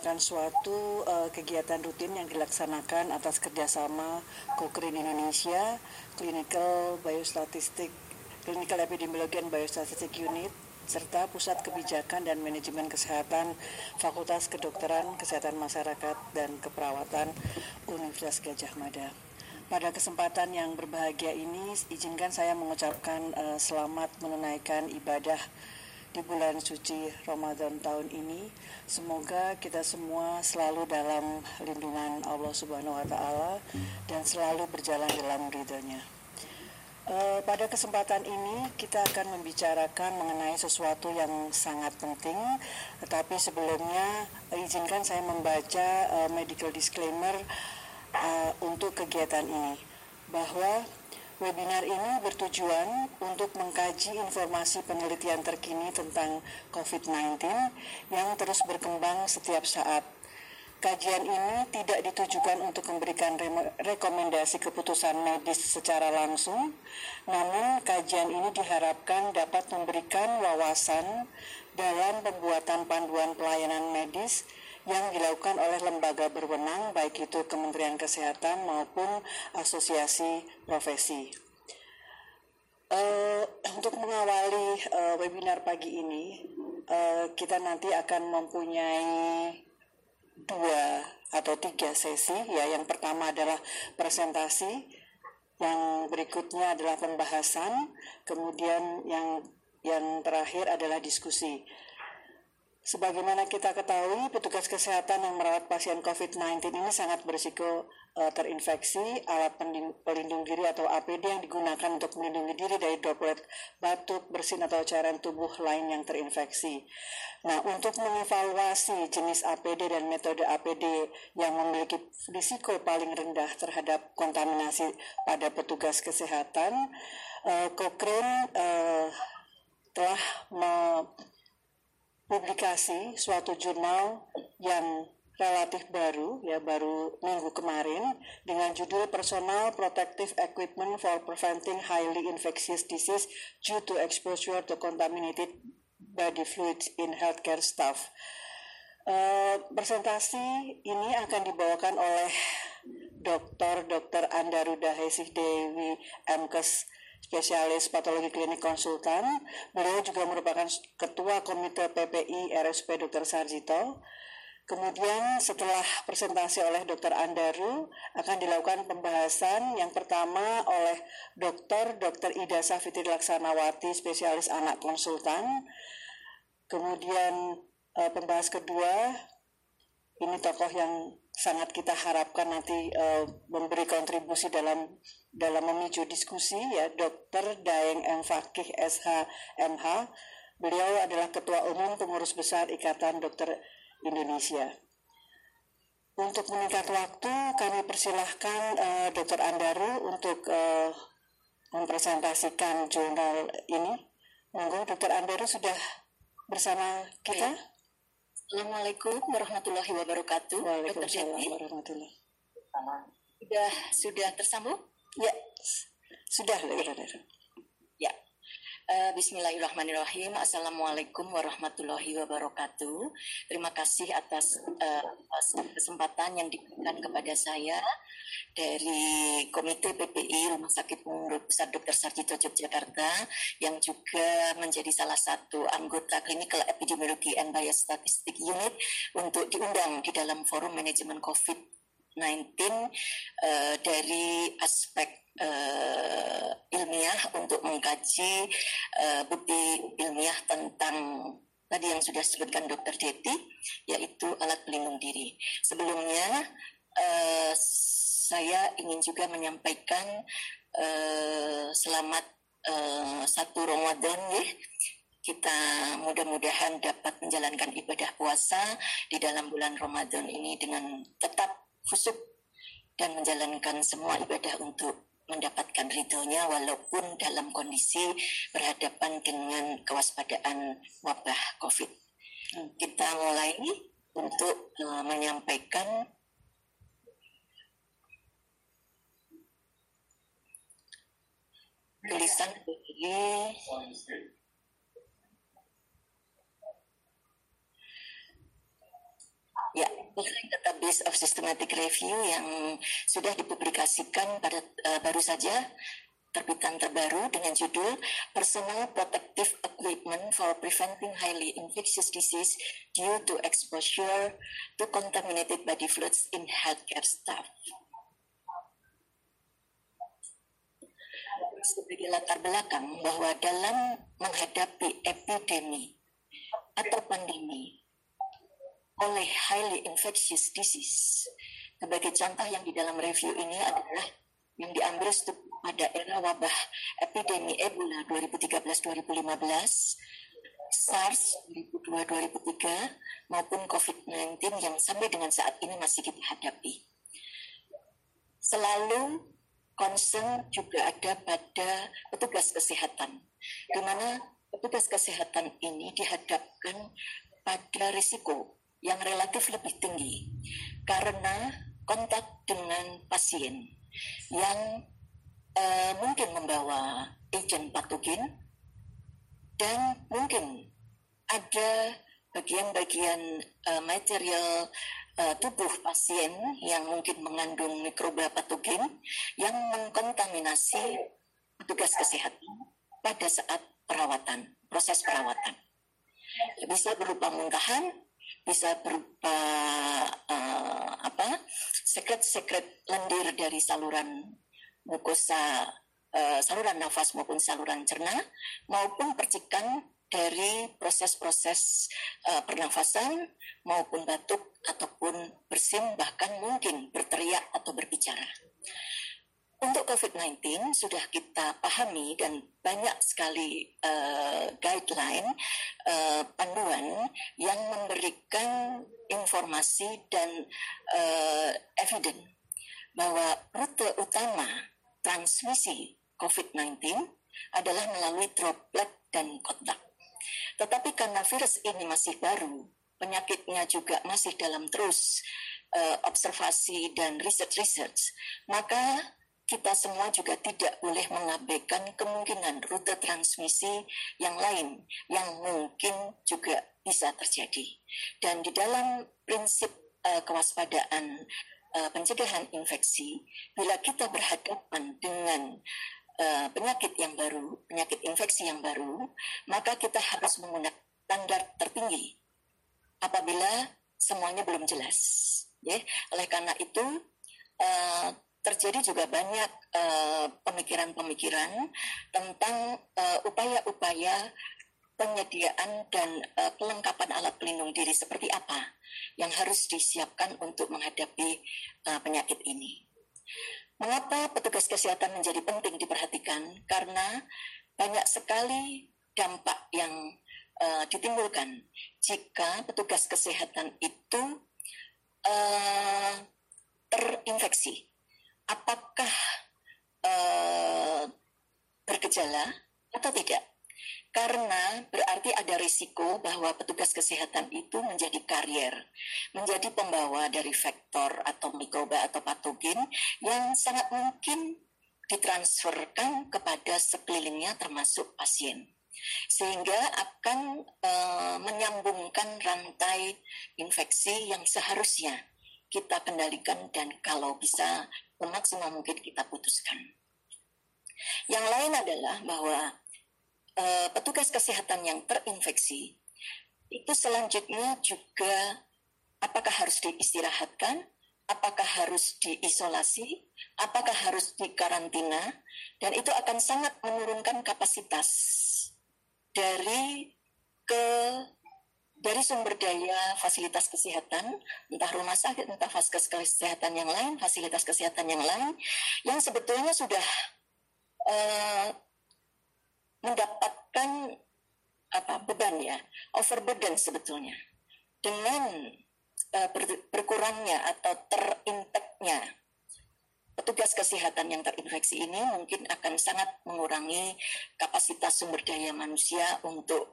merupakan suatu kegiatan rutin yang dilaksanakan atas kerjasama Cochrane Indonesia, Clinical Epidemiology and Biostatistic Unit, serta Pusat Kebijakan dan Manajemen Kesehatan Fakultas Kedokteran, Kesehatan Masyarakat, dan Keperawatan Universitas Gadjah Mada. Pada kesempatan yang berbahagia ini, izinkan saya mengucapkan selamat menunaikan ibadah di bulan suci Ramadan tahun ini. Semoga kita semua selalu dalam lindungan Allah Subhanahu wa Ta'ala dan selalu berjalan dalam ridhonya. Pada kesempatan ini kita akan membicarakan mengenai sesuatu yang sangat penting, tetapi sebelumnya izinkan saya membaca medical disclaimer untuk kegiatan ini, bahwa webinar ini bertujuan untuk mengkaji informasi penelitian terkini tentang COVID-19 yang terus berkembang setiap saat. Kajian ini tidak ditujukan untuk memberikan rekomendasi keputusan medis secara langsung, namun kajian ini diharapkan dapat memberikan wawasan dalam pembuatan panduan pelayanan medis yang dilakukan oleh lembaga berwenang, baik itu Kementerian Kesehatan maupun asosiasi profesi. Untuk mengawali webinar pagi ini, kita nanti akan mempunyai 2 atau 3 sesi, ya. Yang pertama adalah presentasi, yang berikutnya adalah pembahasan, kemudian yang terakhir adalah diskusi. Sebagaimana kita ketahui, petugas kesehatan yang merawat pasien COVID-19 ini sangat berisiko terinfeksi. Alat pelindung diri atau APD yang digunakan untuk melindungi diri dari droplet batuk, bersin atau cairan tubuh lain yang terinfeksi. Nah, untuk mengevaluasi jenis APD dan metode APD yang memiliki risiko paling rendah terhadap kontaminasi pada petugas kesehatan, Cochrane telah publikasi suatu jurnal yang relatif baru minggu kemarin, dengan judul Personal Protective Equipment for Preventing Highly Infectious Disease Due to Exposure to Contaminated Body Fluids in Healthcare Staff. Presentasi ini akan dibawakan oleh Dr. Andaruda Hesih Dewi, MKes, spesialis patologi klinik konsultan. Beliau juga merupakan ketua komite PPI RSUP Dr. Sarjito. Kemudian setelah presentasi oleh Dr. Andaru akan dilakukan pembahasan yang pertama oleh Dr. Ida Safitri Laksanawati, spesialis anak konsultan. Kemudian pembahas kedua, ini tokoh yang sangat kita harapkan nanti memberi kontribusi dalam memicu diskusi, ya, Dr. Daeng M. Fakih SH MH. Beliau adalah Ketua Umum Pengurus Besar Ikatan Dokter Indonesia. Untuk meningkat waktu, kami persilahkan Dr. Andaru untuk mempresentasikan jurnal ini. Monggo, Dr. Andaru sudah bersama kita. Assalamualaikum warahmatullahi wabarakatuh. Waalaikumsalam warahmatullahi wabarakatuh. Sudah tersambung? Ya, sudah, Dr. Andaru. Ya. Bismillahirrahmanirrahim. Assalamualaikum warahmatullahi wabarakatuh. Terima kasih atas kesempatan yang diberikan kepada saya dari Komite PPI Rumah Sakit Umum Besar Dr. Sarjito Yogyakarta, yang juga menjadi salah satu anggota Clinical Epidemiology and Biostatistic Unit, untuk diundang di dalam forum manajemen COVID-19 dari aspek ilmiah untuk mengkaji bukti ilmiah tentang tadi yang sudah disebutkan Dr. Deti, yaitu alat pelindung diri. Sebelumnya saya ingin juga menyampaikan selamat 1 Ramadan, ya. Kita mudah-mudahan dapat menjalankan ibadah puasa di dalam bulan Ramadan ini dengan tetap khusyuk dan menjalankan semua ibadah untuk mendapatkan ridhonya walaupun dalam kondisi berhadapan dengan kewaspadaan wabah COVID. Kita mulai untuk menyampaikan tulisan dari ya. Polling Database of Systematic Review yang sudah dipublikasikan pada baru saja, terbitan terbaru dengan judul Personal Protective Equipment for Preventing Highly Infectious Disease Due to Exposure to Contaminated Body Fluids in Healthcare Staff. Sebagai latar belakang bahwa dalam menghadapi epidemi atau pandemi oleh highly infectious disease, sebagai contoh yang di dalam review ini adalah yang diambil pada era wabah epidemi Ebola 2013-2015, SARS 2002-2003, maupun COVID-19 yang sampai dengan saat ini masih kita hadapi. Selalu concern juga ada pada petugas kesehatan, di mana petugas kesehatan ini dihadapkan pada risiko yang relatif lebih tinggi karena kontak dengan pasien yang mungkin membawa agen patogen dan mungkin ada bagian-bagian material tubuh pasien yang mungkin mengandung mikroba patogen yang mengkontaminasi petugas kesehatan pada saat proses perawatan. Bisa berupa muntahan, bisa berupa sekret lendir dari saluran mukosa, saluran nafas maupun saluran cerna, maupun percikan dari proses-proses pernafasan maupun batuk ataupun bersin, bahkan mungkin berteriak atau berbicara. Untuk COVID-19 sudah kita pahami dan banyak sekali guideline, panduan yang memberikan informasi dan evidence bahwa rute utama transmisi COVID-19 adalah melalui droplet dan kontak. Tetapi karena virus ini masih baru, penyakitnya juga masih dalam terus observasi dan research, maka kita semua juga tidak boleh mengabaikan kemungkinan rute transmisi yang lain yang mungkin juga bisa terjadi. Dan di dalam prinsip kewaspadaan pencegahan infeksi, bila kita berhadapan dengan penyakit yang baru, penyakit infeksi yang baru, maka kita harus menggunakan standar tertinggi apabila semuanya belum jelas. Ya, oleh karena itu terjadi juga banyak pemikiran-pemikiran tentang upaya-upaya penyediaan dan kelengkapan alat pelindung diri seperti apa yang harus disiapkan untuk menghadapi penyakit ini. Mengapa petugas kesehatan menjadi penting diperhatikan? Karena banyak sekali dampak yang ditimbulkan jika petugas kesehatan itu terinfeksi. Apakah bergejala atau tidak? Karena berarti ada risiko bahwa petugas kesehatan itu menjadi karier, menjadi pembawa dari vektor atau mikroba atau patogen yang sangat mungkin ditransferkan kepada sekelilingnya termasuk pasien. Sehingga akan menyambungkan rantai infeksi yang seharusnya kita kendalikan dan kalau bisa semaksimal mungkin kita putuskan. Yang lain adalah bahwa petugas kesehatan yang terinfeksi itu selanjutnya juga apakah harus diistirahatkan, apakah harus diisolasi, apakah harus dikarantina, dan itu akan sangat menurunkan kapasitas dari sumber daya fasilitas kesehatan, entah rumah sakit, entah fasilitas kesehatan yang lain, fasilitas kesehatan yang lain, yang sebetulnya sudah mendapatkan beban ya, overburden sebetulnya. Dengan berkurangnya atau terimpaknya petugas kesehatan yang terinfeksi ini mungkin akan sangat mengurangi kapasitas sumber daya manusia untuk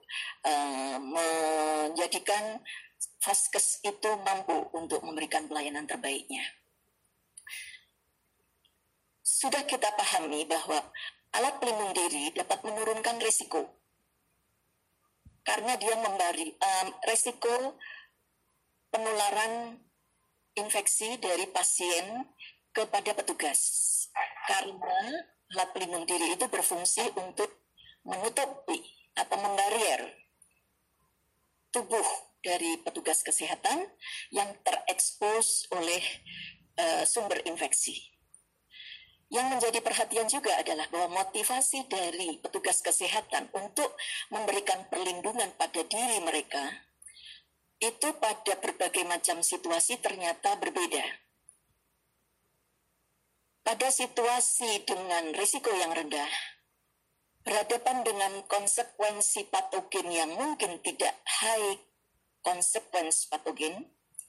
menjadikan Vaskes itu mampu untuk memberikan pelayanan terbaiknya. Sudah kita pahami bahwa alat pelindung diri dapat menurunkan risiko karena dia memberi risiko penularan infeksi dari pasien kepada petugas. Karena alat pelindung diri itu berfungsi untuk menutupi atau membarier tubuh dari petugas kesehatan yang terekspos oleh sumber infeksi. Yang menjadi perhatian juga adalah bahwa motivasi dari petugas kesehatan untuk memberikan perlindungan pada diri mereka itu pada berbagai macam situasi ternyata berbeda. Pada situasi dengan risiko yang rendah, berhadapan dengan konsekuensi patogen yang mungkin tidak high consequence patogen,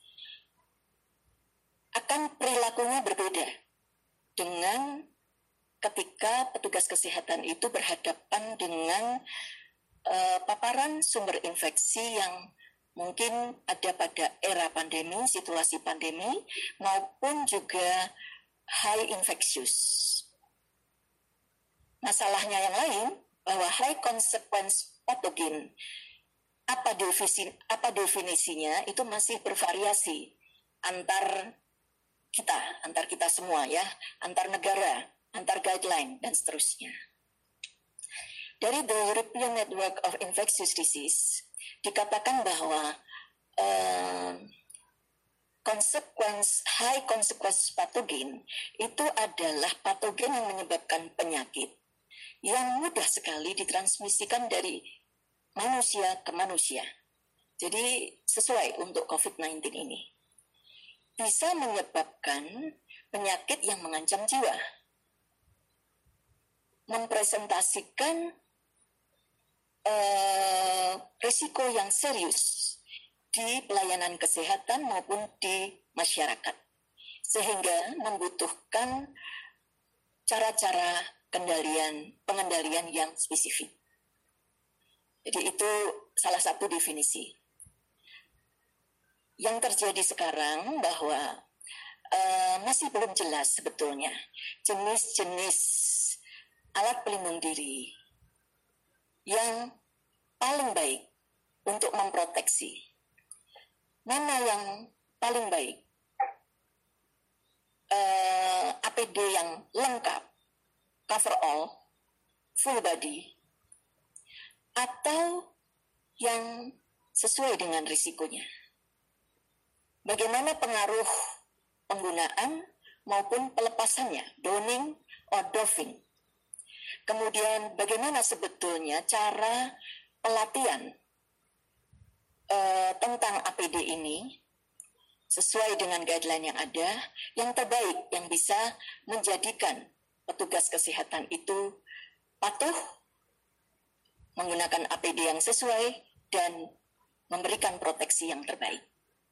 akan perilakunya berbeda dengan ketika petugas kesehatan itu berhadapan dengan paparan sumber infeksi yang mungkin ada pada era pandemi, situasi pandemi, maupun juga high infectious. Masalahnya yang lain, bahwa high consequence patogen, apa definisinya, itu masih bervariasi antar kita semua ya, antar negara, antar guideline, dan seterusnya. Dari The European Network of Infectious Disease, dikatakan bahwa high consequence patogen itu adalah patogen yang menyebabkan penyakit yang mudah sekali ditransmisikan dari manusia ke manusia. Jadi sesuai untuk COVID-19 ini. Bisa menyebabkan penyakit yang mengancam jiwa. Mempresentasikan risiko yang serius di pelayanan kesehatan maupun di masyarakat, sehingga membutuhkan cara-cara pengendalian yang spesifik. Jadi itu salah satu definisi. Yang terjadi sekarang bahwa masih belum jelas sebetulnya jenis-jenis alat pelindung diri yang paling baik untuk memproteksi. Mana yang paling baik? APD yang lengkap, cover all, full body, atau yang sesuai dengan risikonya. Bagaimana pengaruh penggunaan maupun pelepasannya, donning or doffing. Kemudian bagaimana sebetulnya cara pelatihan tentang APD ini sesuai dengan guideline yang ada, yang terbaik yang bisa menjadikan petugas kesehatan itu patuh menggunakan APD yang sesuai dan memberikan proteksi yang terbaik.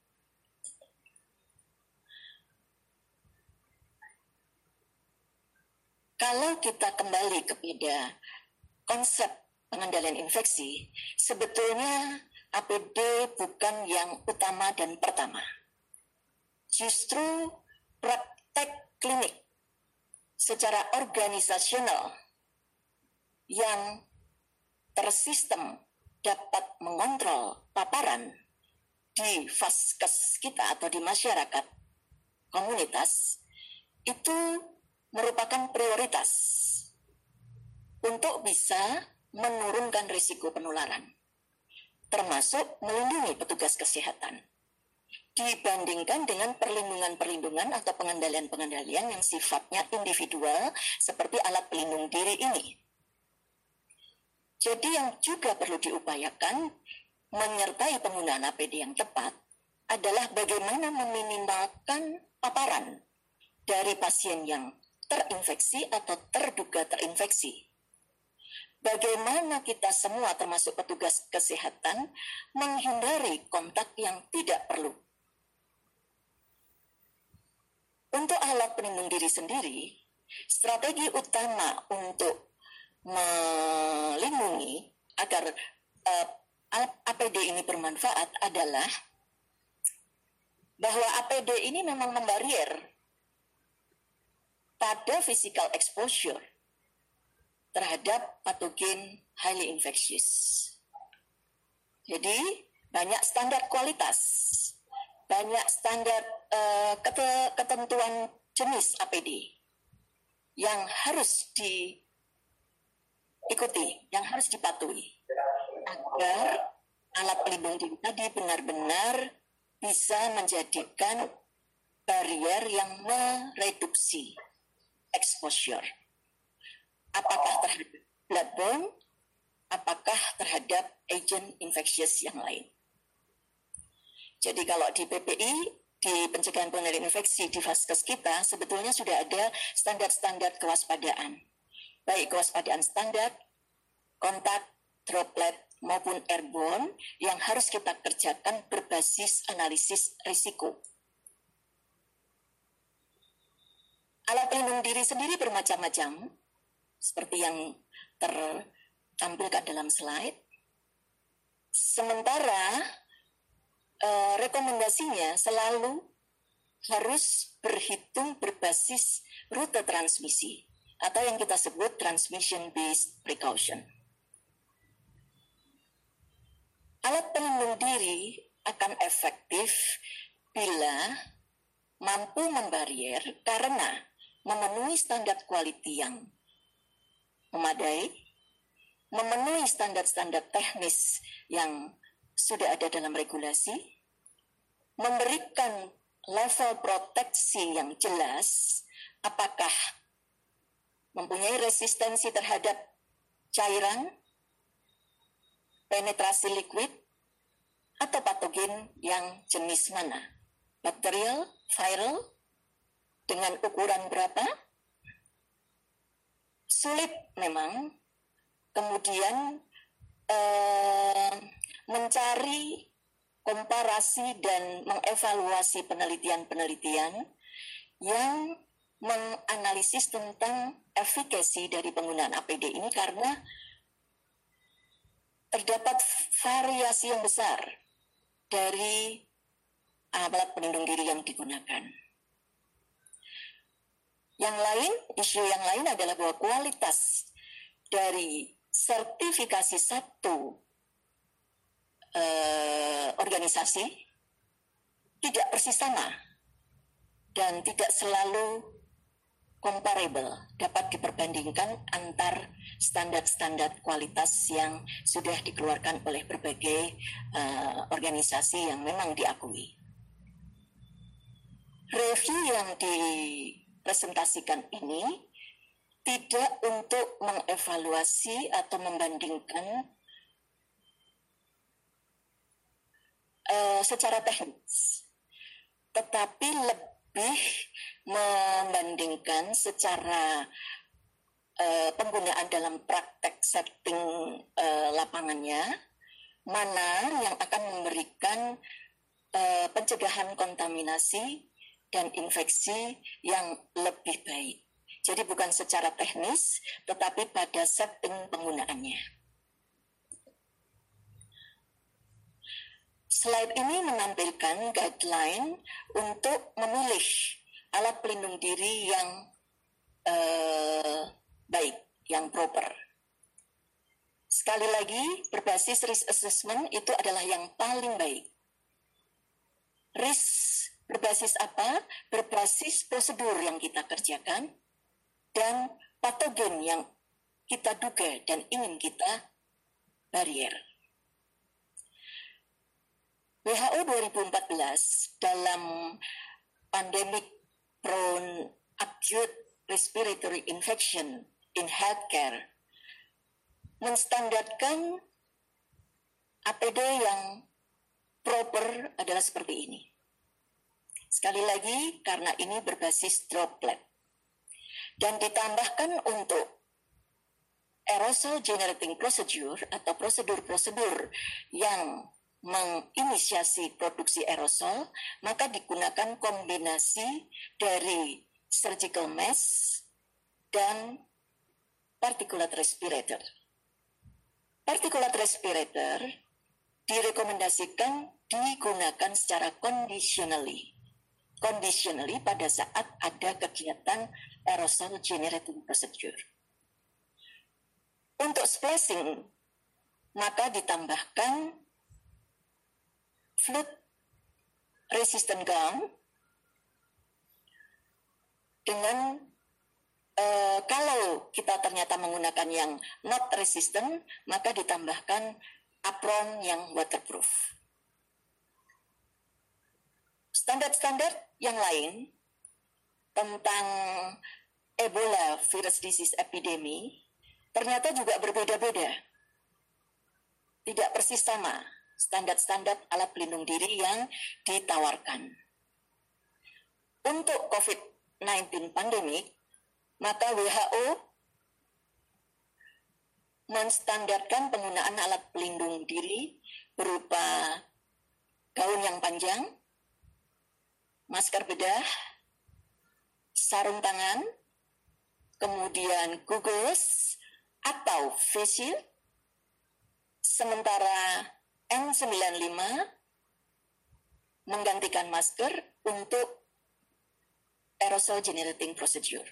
Kalau kita kembali kepada konsep pengendalian infeksi, sebetulnya APD bukan yang utama dan pertama. Justru praktek klinik secara organisasional yang tersistem dapat mengontrol paparan di vaskes kita atau di masyarakat komunitas itu merupakan prioritas untuk bisa menurunkan risiko penularan, termasuk melindungi petugas kesehatan, dibandingkan dengan perlindungan-perlindungan atau pengendalian-pengendalian yang sifatnya individual seperti alat pelindung diri ini. Jadi yang juga perlu diupayakan menyertai penggunaan APD yang tepat adalah bagaimana meminimalkan paparan dari pasien yang terinfeksi atau terduga terinfeksi. Bagaimana kita semua termasuk petugas kesehatan menghindari kontak yang tidak perlu. Untuk alat pelindung diri sendiri, strategi utama untuk melindungi agar APD ini bermanfaat adalah bahwa APD ini memang membarier pada physical exposure terhadap patogen highly infectious. Jadi banyak standar kualitas, banyak standar ketentuan jenis APD yang harus diikuti, yang harus dipatuhi agar alat pelindung diri tadi benar-benar bisa menjadikan barrier yang mereduksi exposure. Apakah terhadap bloodborne, apakah terhadap agent infectious yang lain. Jadi kalau di PPI, di pencegahan pengendalian infeksi di vaskes kita, sebetulnya sudah ada standar-standar kewaspadaan. Baik kewaspadaan standar, kontak, droplet, maupun airborne yang harus kita kerjakan berbasis analisis risiko. Alat pelindung diri sendiri bermacam-macam, seperti yang tertampilkan dalam slide. Sementara rekomendasinya selalu harus berhitung berbasis rute transmisi atau yang kita sebut transmission based precaution. Alat pelindung diri akan efektif bila mampu membarier karena memenuhi standar quality yang memadai, memenuhi standar-standar teknis yang sudah ada dalam regulasi, memberikan level proteksi yang jelas, apakah mempunyai resistensi terhadap cairan, penetrasi liquid, atau patogen yang jenis mana? Bakterial, viral, dengan ukuran berapa? Sulit memang kemudian mencari komparasi dan mengevaluasi penelitian-penelitian yang menganalisis tentang efikasi dari penggunaan APD ini karena terdapat variasi yang besar dari alat pelindung diri yang digunakan. Yang lain, isu yang lain adalah bahwa kualitas dari sertifikasi satu organisasi tidak persis sama dan tidak selalu comparable, dapat diperbandingkan antar standar-standar kualitas yang sudah dikeluarkan oleh berbagai organisasi yang memang diakui. Review yang dipresentasikan ini tidak untuk mengevaluasi atau membandingkan secara teknis, tetapi lebih membandingkan secara penggunaan dalam praktek setting lapangannya, mana yang akan memberikan pencegahan kontaminasi dan infeksi yang lebih baik. Jadi bukan secara teknis, tetapi pada setting penggunaannya. Slide ini menampilkan guideline untuk memilih alat pelindung diri yang baik, yang proper. Sekali lagi, berbasis risk assessment itu adalah yang paling baik. Risk berbasis apa? Berbasis prosedur yang kita kerjakan dan patogen yang kita duga dan ingin kita barrier. WHO 2014 dalam pandemic prone acute respiratory infection in healthcare menstandarkan APD yang proper adalah seperti ini. Sekali lagi, karena ini berbasis droplet. Dan ditambahkan untuk aerosol generating procedure atau prosedur-prosedur yang menginisiasi produksi aerosol, maka digunakan kombinasi dari surgical mask dan particulate respirator. Particulate respirator direkomendasikan digunakan secara conditionally pada saat ada kegiatan aerosol generating procedure. Untuk splashing, maka ditambahkan fluid resistant gown dengan kalau kita ternyata menggunakan yang not resistant, maka ditambahkan apron yang waterproof. Standar-standar yang lain tentang Ebola virus disease epidemi ternyata juga berbeda-beda. Tidak persis sama standar-standar alat pelindung diri yang ditawarkan. Untuk COVID-19 pandemik, maka WHO menstandarkan penggunaan alat pelindung diri berupa gaun yang panjang, masker bedah, sarung tangan, kemudian goggles atau face shield, sementara N95 menggantikan masker untuk aerosol generating procedure.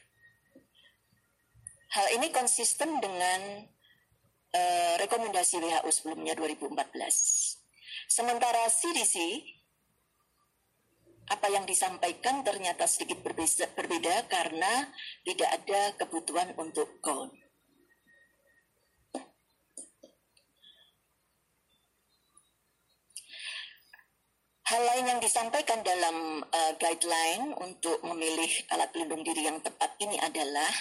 Hal ini konsisten dengan rekomendasi WHO sebelumnya 2014. Sementara CDC, apa yang disampaikan ternyata sedikit berbeda karena tidak ada kebutuhan untuk gaun. Hal lain yang disampaikan dalam guideline untuk memilih alat pelindung diri yang tepat ini adalah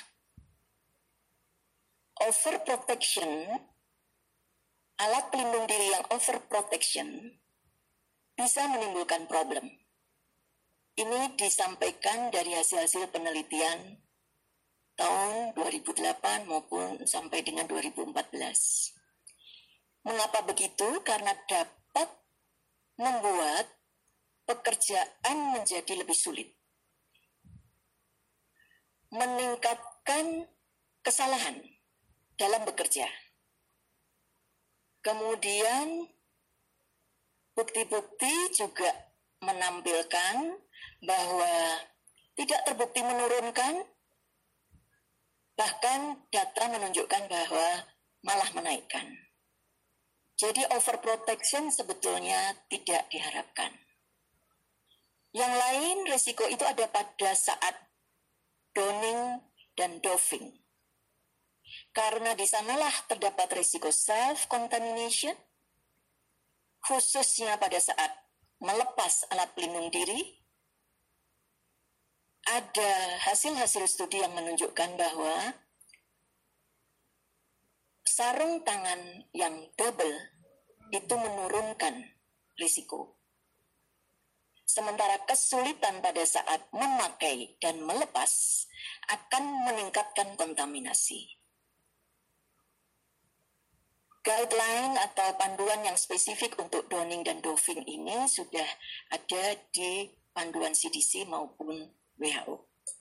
overprotection. Alat pelindung diri yang overprotection bisa menimbulkan problem. Ini disampaikan dari hasil-hasil penelitian tahun 2008 maupun sampai dengan 2014. Mengapa begitu? Karena dapat membuat pekerjaan menjadi lebih sulit. Meningkatkan kesalahan dalam bekerja. Kemudian bukti-bukti juga menampilkan bahwa tidak terbukti menurunkan, bahkan data menunjukkan bahwa malah menaikkan. Jadi overprotection sebetulnya tidak diharapkan. Yang lain risiko itu ada pada saat donning dan doffing. Karena di sanalah terdapat risiko self-contamination, khususnya pada saat melepas alat pelindung diri. Ada hasil-hasil studi yang menunjukkan bahwa sarung tangan yang double itu menurunkan risiko. Sementara kesulitan pada saat memakai dan melepas akan meningkatkan kontaminasi. Guideline atau panduan yang spesifik untuk donning dan doffing ini sudah ada di panduan CDC maupun WHO.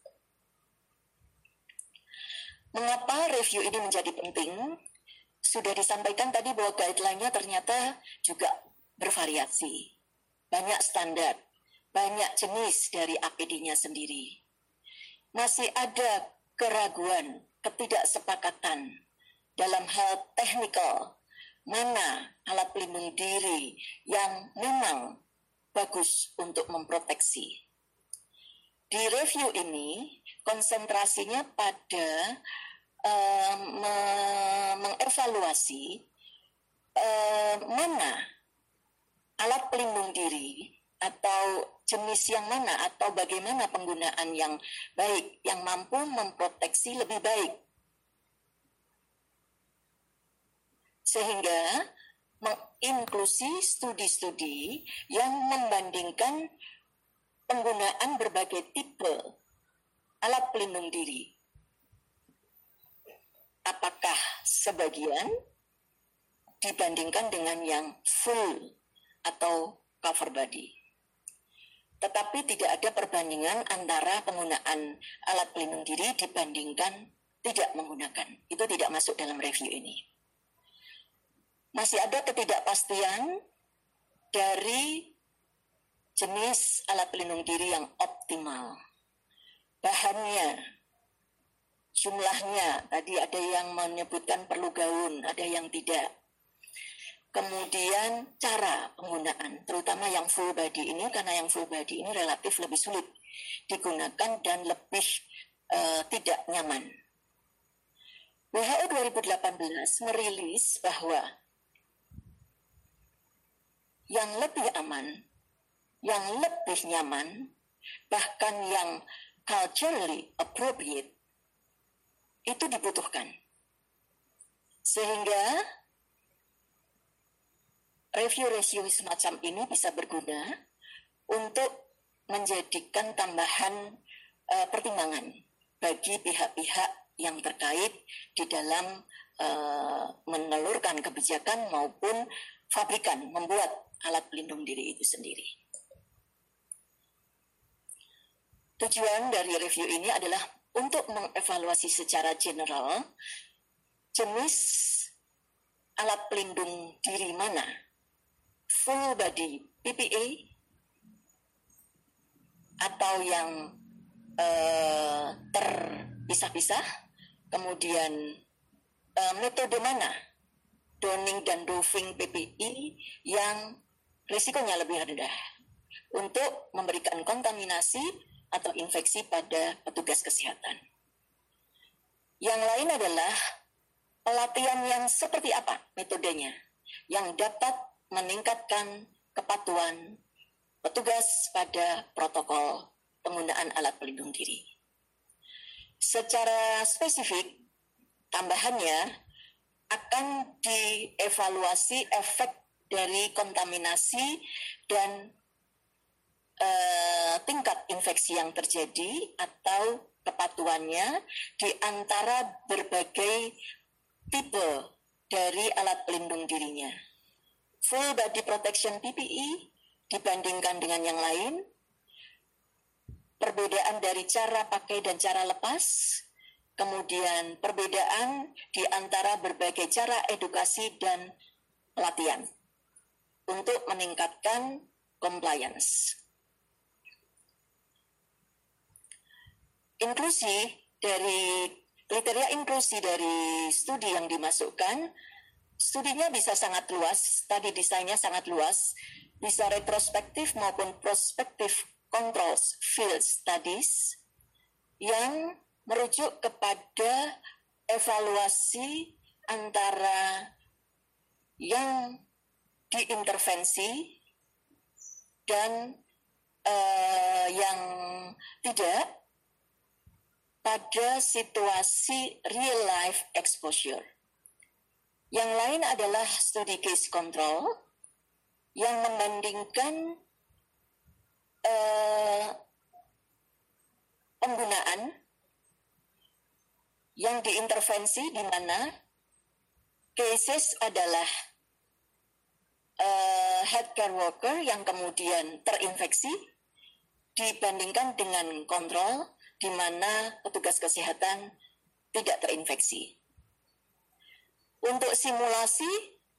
Mengapa review ini menjadi penting? Sudah disampaikan tadi bahwa guideline-nya ternyata juga bervariasi. Banyak standar, banyak jenis dari APD-nya sendiri. Masih ada keraguan, ketidaksepakatan dalam hal teknikal, mana alat pelindung diri yang memang bagus untuk memproteksi. Di review ini, konsentrasinya pada mengevaluasi mana alat pelindung diri atau jenis yang mana atau bagaimana penggunaan yang baik, yang mampu memproteksi lebih baik. Sehingga menginklusi studi-studi yang membandingkan penggunaan berbagai tipe alat pelindung diri. Apakah sebagian dibandingkan dengan yang full atau cover body. Tetapi tidak ada perbandingan antara penggunaan alat pelindung diri dibandingkan tidak menggunakan. Itu tidak masuk dalam review ini. Masih ada ketidakpastian dari jenis alat pelindung diri yang optimal. Bahannya, jumlahnya, tadi ada yang menyebutkan perlu gaun, ada yang tidak. Kemudian cara penggunaan, terutama yang full body ini, karena yang full body ini relatif lebih sulit digunakan dan lebih tidak nyaman. WHO 2018 merilis bahwa yang lebih aman, yang lebih nyaman, bahkan yang culturally appropriate itu dibutuhkan. Sehingga review semacam ini bisa berguna untuk menjadikan tambahan pertimbangan bagi pihak-pihak yang terkait di dalam menelurkan kebijakan maupun fabrikan membuat alat pelindung diri itu sendiri. Tujuan dari review ini adalah untuk mengevaluasi secara general jenis alat pelindung diri mana, full body PPE atau yang terpisah-pisah, kemudian metode mana, donning dan doffing PPE yang risikonya lebih rendah untuk memberikan kontaminasi atau infeksi pada petugas kesehatan. Yang lain adalah pelatihan yang seperti apa metodenya yang dapat meningkatkan kepatuhan petugas pada protokol penggunaan alat pelindung diri. Secara spesifik, tambahannya akan dievaluasi efek dari kontaminasi dan tingkat infeksi yang terjadi atau kepatuhannya di antara berbagai tipe dari alat pelindung dirinya. Full body protection PPE dibandingkan dengan yang lain, perbedaan dari cara pakai dan cara lepas, kemudian perbedaan di antara berbagai cara edukasi dan pelatihan untuk meningkatkan compliance. Kriteria inklusi dari studi yang dimasukkan, studinya bisa sangat luas, tadi desainnya sangat luas, bisa retrospektif maupun prospektif controls field studies yang merujuk kepada evaluasi antara yang diintervensi dan yang tidak pada situasi real life exposure. Yang lain adalah studi case control yang membandingkan penggunaan yang diintervensi di mana cases adalah healthcare worker yang kemudian terinfeksi dibandingkan dengan kontrol di mana petugas kesehatan tidak terinfeksi. Untuk simulasi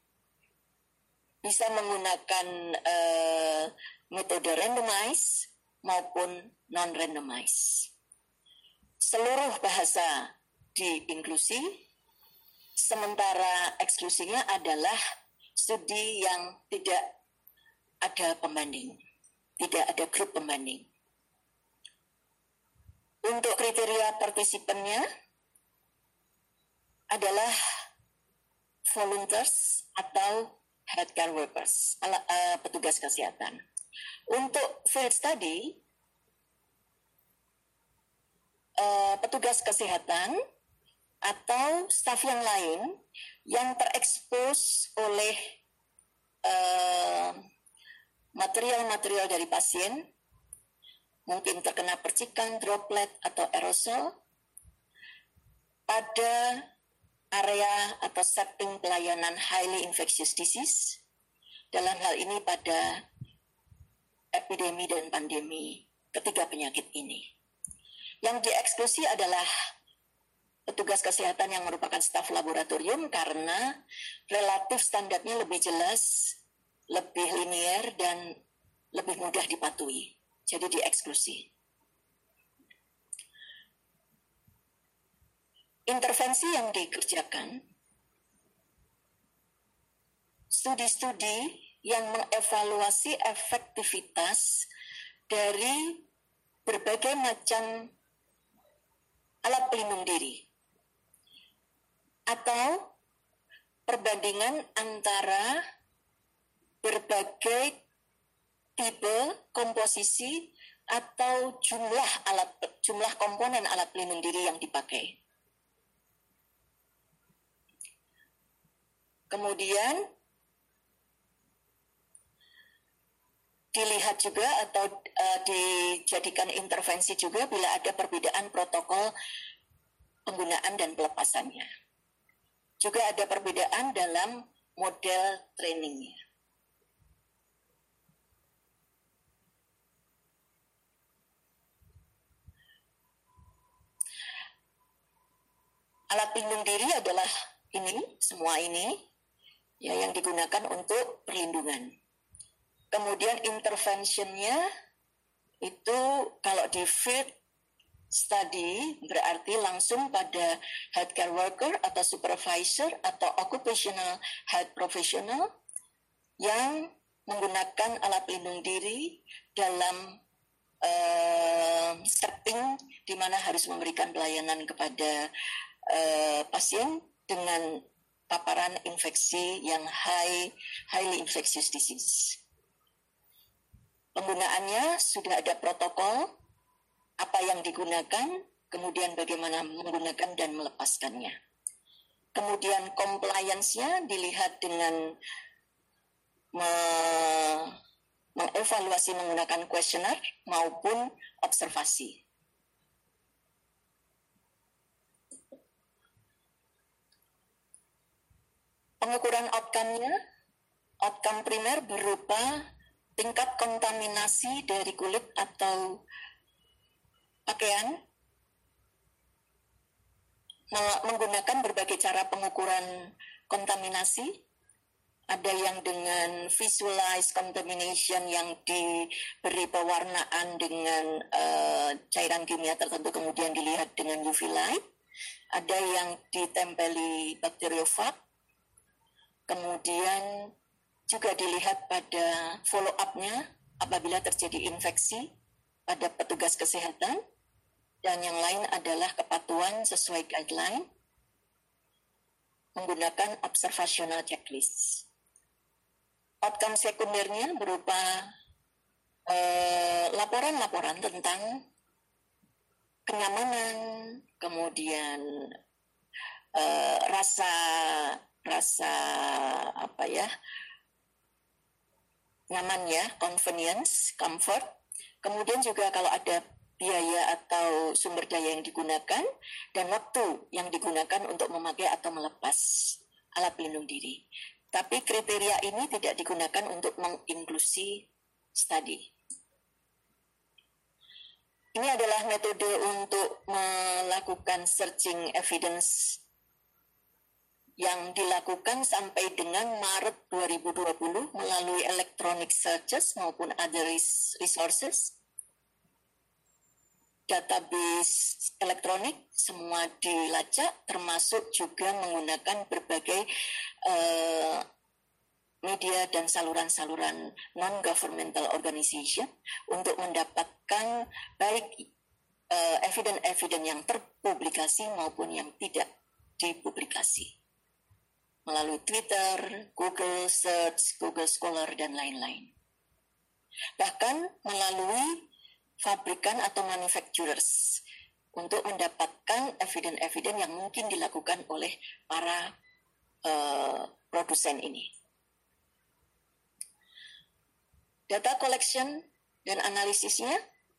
bisa menggunakan metode randomize maupun non-randomize. Seluruh bahasa diinklusi, sementara eksklusinya adalah studi yang tidak ada pembanding, tidak ada grup pembanding. Untuk kriteria partisipannya adalah volunteers atau healthcare workers, petugas kesehatan. Untuk field study, petugas kesehatan atau staf yang lain yang terekspos oleh material-material dari pasien, mungkin terkena percikan, droplet, atau aerosol, pada area atau setting pelayanan highly infectious disease, dalam hal ini pada epidemi dan pandemi ketiga penyakit ini. Yang dieksklusi adalah petugas kesehatan yang merupakan staf laboratorium karena relatif standarnya lebih jelas, lebih linier, dan lebih mudah dipatuhi. Jadi dieksklusi. Intervensi yang dikerjakan, studi-studi yang mengevaluasi efektivitas dari berbagai macam alat pelindung diri, atau perbandingan antara berbagai tipe, komposisi, atau jumlah komponen alat pelindung diri yang dipakai. Kemudian dilihat juga atau dijadikan intervensi juga bila ada perbedaan protokol penggunaan dan pelepasannya. Juga ada perbedaan dalam model trainingnya. Alat pelindung diri adalah ini, semua ini, ya, yang digunakan untuk perlindungan. Kemudian interventionnya itu kalau di field study berarti langsung pada healthcare worker atau supervisor atau occupational health professional yang menggunakan alat pelindung diri dalam setting di mana harus memberikan pelayanan kepada pasien dengan paparan infeksi yang highly infectious disease. Penggunaannya sudah ada protokol, apa yang digunakan, kemudian bagaimana menggunakan dan melepaskannya. Kemudian compliance-nya dilihat dengan mengevaluasi menggunakan kuesioner maupun observasi. Pengukuran outcome-nya, outcome primer berupa tingkat kontaminasi dari kulit atau pakaian, menggunakan berbagai cara pengukuran kontaminasi. Ada yang dengan visualized contamination yang diberi pewarnaan dengan cairan kimia tertentu kemudian dilihat dengan UV light. Ada yang ditempeli bakteriofag. Kemudian juga dilihat pada follow up-nya apabila terjadi infeksi pada petugas kesehatan. Dan yang lain adalah kepatuhan sesuai guideline menggunakan observational checklist. Outcome sekundernya berupa laporan-laporan tentang kenyamanan, kemudian rasa nyaman ya, convenience, comfort. Kemudian juga kalau ada biaya atau sumber daya yang digunakan dan waktu yang digunakan untuk memakai atau melepas alat pelindung diri. Tapi kriteria ini tidak digunakan untuk menginklusi study. Ini adalah metode untuk melakukan searching evidence yang dilakukan sampai dengan Maret 2020 melalui electronic searches maupun other resources. Database elektronik semua dilacak, termasuk juga menggunakan berbagai media dan saluran-saluran non-governmental organization untuk mendapatkan baik evidence-evidence yang terpublikasi maupun yang tidak dipublikasi melalui Twitter, Google Search, Google Scholar, dan lain-lain. Bahkan melalui fabrikan atau manufacturers untuk mendapatkan evidence-evidence yang mungkin dilakukan oleh para produsen ini. Data collection dan analisisnya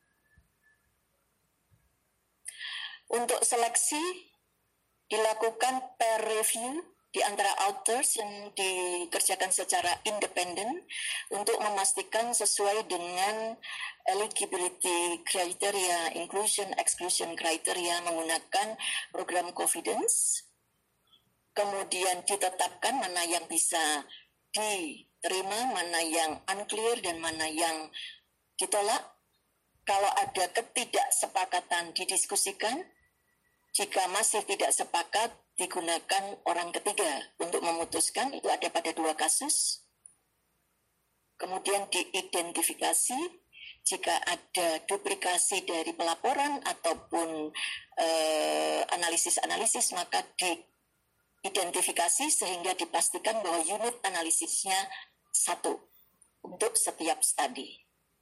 untuk seleksi dilakukan peer review di antara authors yang dikerjakan secara independen untuk memastikan sesuai dengan eligibility criteria, inclusion, exclusion criteria menggunakan program confidence. Kemudian ditetapkan mana yang bisa diterima, mana yang unclear, dan mana yang ditolak. Kalau ada ketidaksepakatan didiskusikan, jika masih tidak sepakat digunakan orang ketiga untuk memutuskan. Itu ada pada 2 kasus. Kemudian diidentifikasi jika ada duplikasi dari pelaporan ataupun analisis-analisis, maka diidentifikasi sehingga dipastikan bahwa unit analisisnya satu untuk setiap studi.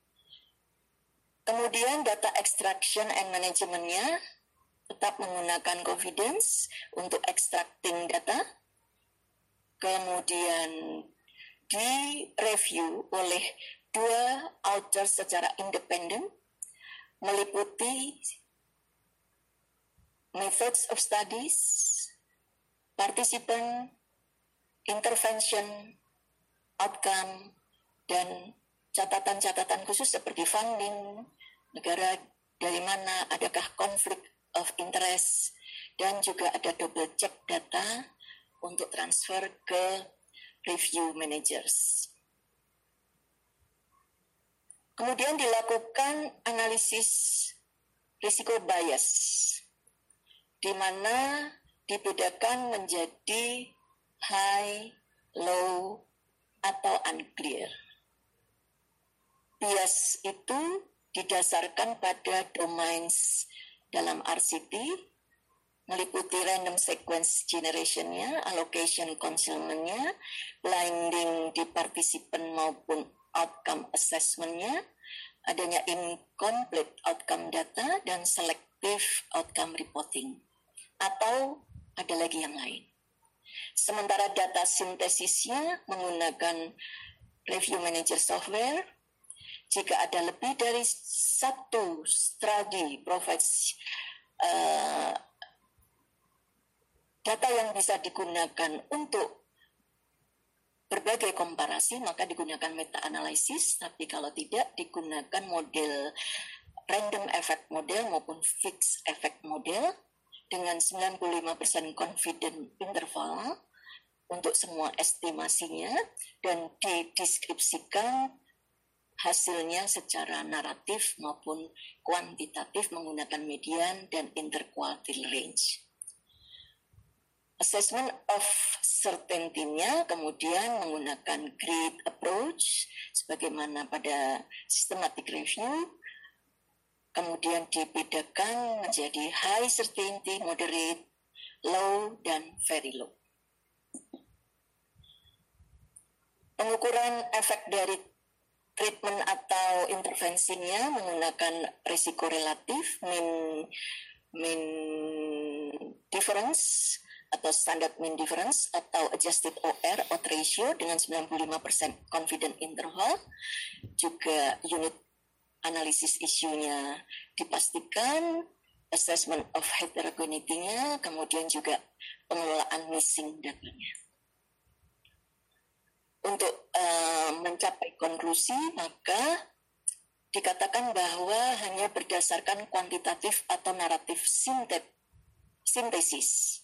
Kemudian data extraction and managementnya tetap menggunakan confidence untuk extracting data. Kemudian direview oleh dua author secara independen, meliputi methods of studies, participant, intervention, outcome, dan catatan-catatan khusus seperti funding, negara dari mana, adakah konflik of interest, dan juga ada double check data untuk transfer ke review managers. Kemudian dilakukan analisis risiko bias, di mana dibedakan menjadi high, low, atau unclear. Bias itu didasarkan pada domains dalam RCT, meliputi random sequence generation-nya, allocation concealment-nya, blinding di participant maupun outcome assessment-nya, adanya incomplete outcome data, dan selective outcome reporting. Atau ada lagi yang lain. Sementara data sintesisnya menggunakan review manager software. Jika ada lebih dari satu studi provides data yang bisa digunakan untuk berbagai komparasi, maka digunakan meta-analisis, tapi kalau tidak, digunakan model random effect model maupun fixed effect model dengan 95% confident interval untuk semua estimasinya, dan dideskripsikan hasilnya secara naratif maupun kuantitatif menggunakan median dan interquartile range. Assessment of certainty-nya kemudian menggunakan grid approach sebagaimana pada systematic review, kemudian dibedakan menjadi high certainty, moderate, low, dan very low. Pengukuran efek dari treatment atau intervensinya menggunakan risiko relatif, mean difference atau standard mean difference atau adjusted OR, odds ratio dengan 95% confident interval. Juga unit analisis isunya dipastikan, assessment of heterogeneity-nya, kemudian juga pengelolaan missing datanya. Untuk mencapai konklusi, maka dikatakan bahwa hanya berdasarkan kuantitatif atau naratif sintesis.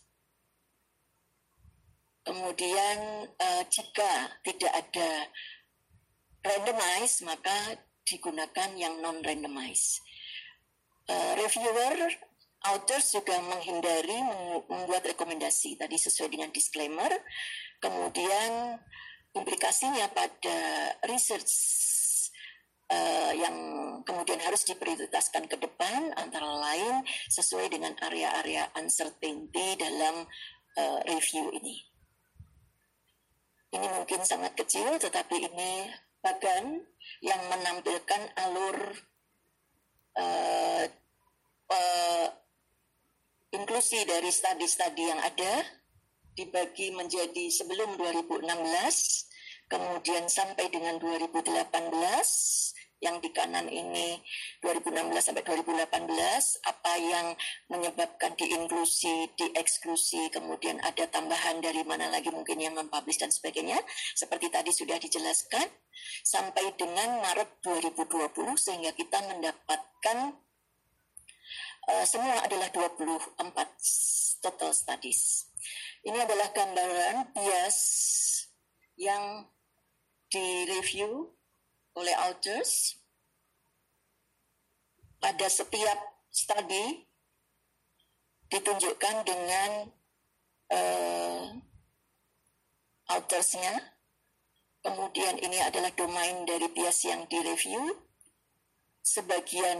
Kemudian jika tidak ada randomize, maka digunakan yang non-randomize. Reviewer, authors juga menghindari membuat rekomendasi, tadi sesuai dengan disclaimer. Kemudian implikasinya pada research yang kemudian harus diprioritaskan ke depan, antara lain sesuai dengan area-area uncertainty dalam review ini. Ini mungkin sangat kecil, tetapi ini bagan yang menampilkan alur inklusi dari studi-studi yang ada, dibagi menjadi sebelum 2016, kemudian sampai dengan 2018, yang di kanan ini 2016 sampai 2018, apa yang menyebabkan diinklusi, dieksklusi, kemudian ada tambahan dari mana lagi mungkin yang mempublish dan sebagainya, seperti tadi sudah dijelaskan, sampai dengan Maret 2020, sehingga kita mendapatkan semua adalah 24 total studies. Ini adalah gambaran bias yang direview oleh authors. Pada setiap studi ditunjukkan dengan autorsnya. Kemudian ini adalah domain dari bias yang direview. sebagian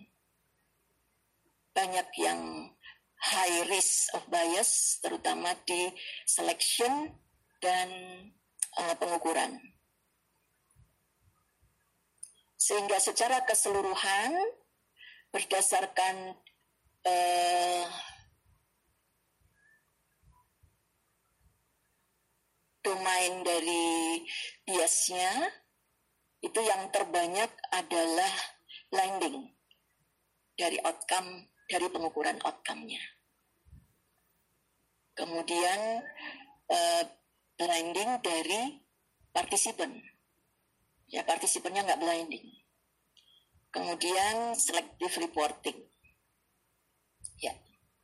banyak yang high risk of bias, terutama di selection dan pengukuran. Sehingga secara keseluruhan berdasarkan domain dari biasnya, itu yang terbanyak adalah blinding dari outcome, dari pengukuran outcome-nya. Kemudian blinding dari partisipan. Ya, partisipannya nggak blinding. Kemudian selective reporting. Ya.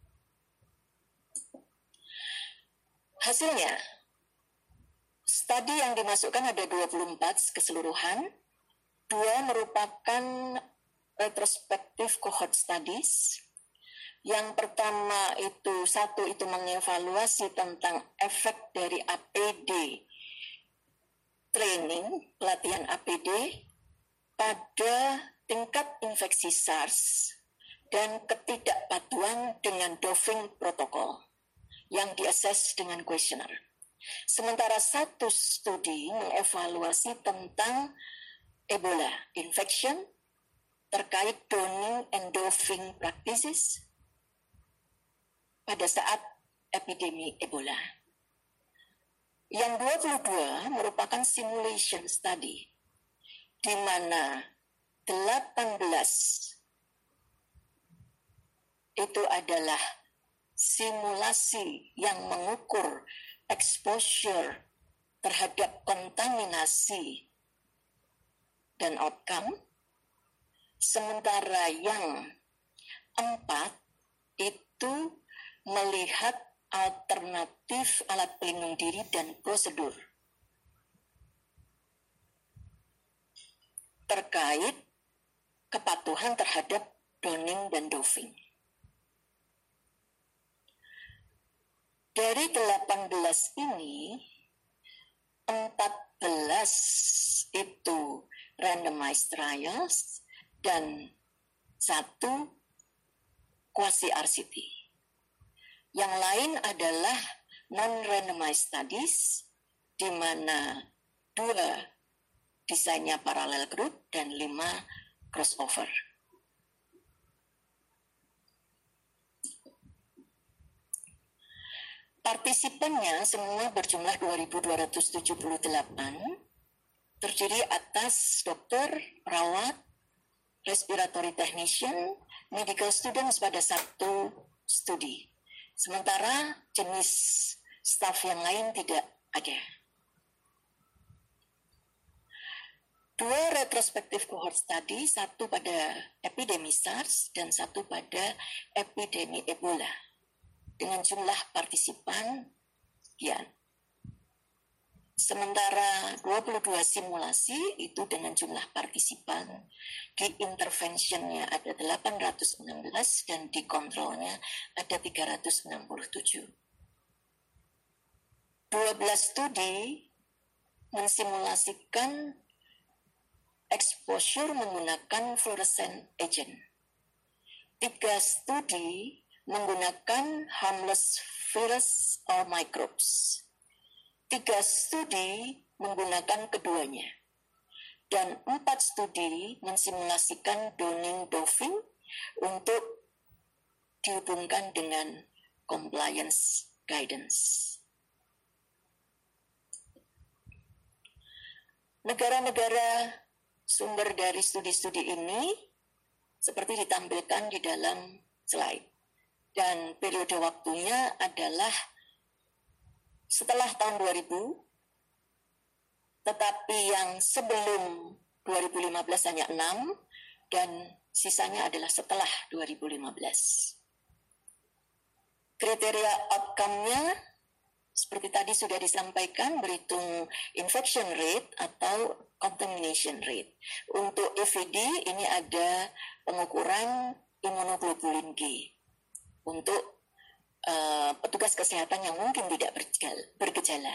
Hasilnya, studi yang dimasukkan ada 24 keseluruhan. 2 merupakan retrospective cohort studies. Yang pertama itu, satu itu mengevaluasi tentang efek dari APD training, pelatihan APD pada tingkat infeksi SARS dan ketidakpatuhan dengan dosing protokol yang diakses dengan kuesioner. Sementara satu studi mengevaluasi tentang Ebola infection terkait donning and dosing practices pada saat epidemi Ebola. Yang 22 merupakan simulation study, di mana 18 itu adalah simulasi yang mengukur exposure terhadap kontaminasi dan outcome, sementara yang 4 itu melihat alternatif alat pelindung diri dan prosedur terkait kepatuhan terhadap donning dan dosing. Dari 18 ini, 14 itu randomized trials dan 1 quasi RCT. Yang lain adalah non-randomized studies, di mana 2 desainnya parallel group dan 5 crossover. Partisipannya semua berjumlah 2.278, terdiri atas dokter, perawat, respiratory technician, medical students pada satu studi. Sementara jenis staf yang lain tidak ada. 2 retrospective cohort study, 1 pada epidemi SARS dan 1 pada epidemi Ebola, dengan jumlah partisipan sekian. Sementara 22 simulasi itu dengan jumlah partisipan di interventionnya ada 816 dan di kontrolnya ada 367. 12 studi mensimulasikan exposure menggunakan fluorescent agent. 3 studi menggunakan harmless virus or microbes. 3 studi menggunakan keduanya. Dan 4 studi mensimulasikan donning dosing untuk dihubungkan dengan compliance guidance. Negara-negara sumber dari studi-studi ini seperti ditampilkan di dalam slide. Dan periode waktunya adalah setelah tahun 2000, tetapi yang sebelum 2015 hanya 6, dan sisanya adalah setelah 2015. Kriteria outcome-nya, seperti tadi sudah disampaikan, berhitung infection rate atau contamination rate. Untuk EVD, ini ada pengukuran imunoglobulin G untuk petugas kesehatan yang mungkin tidak bergejala.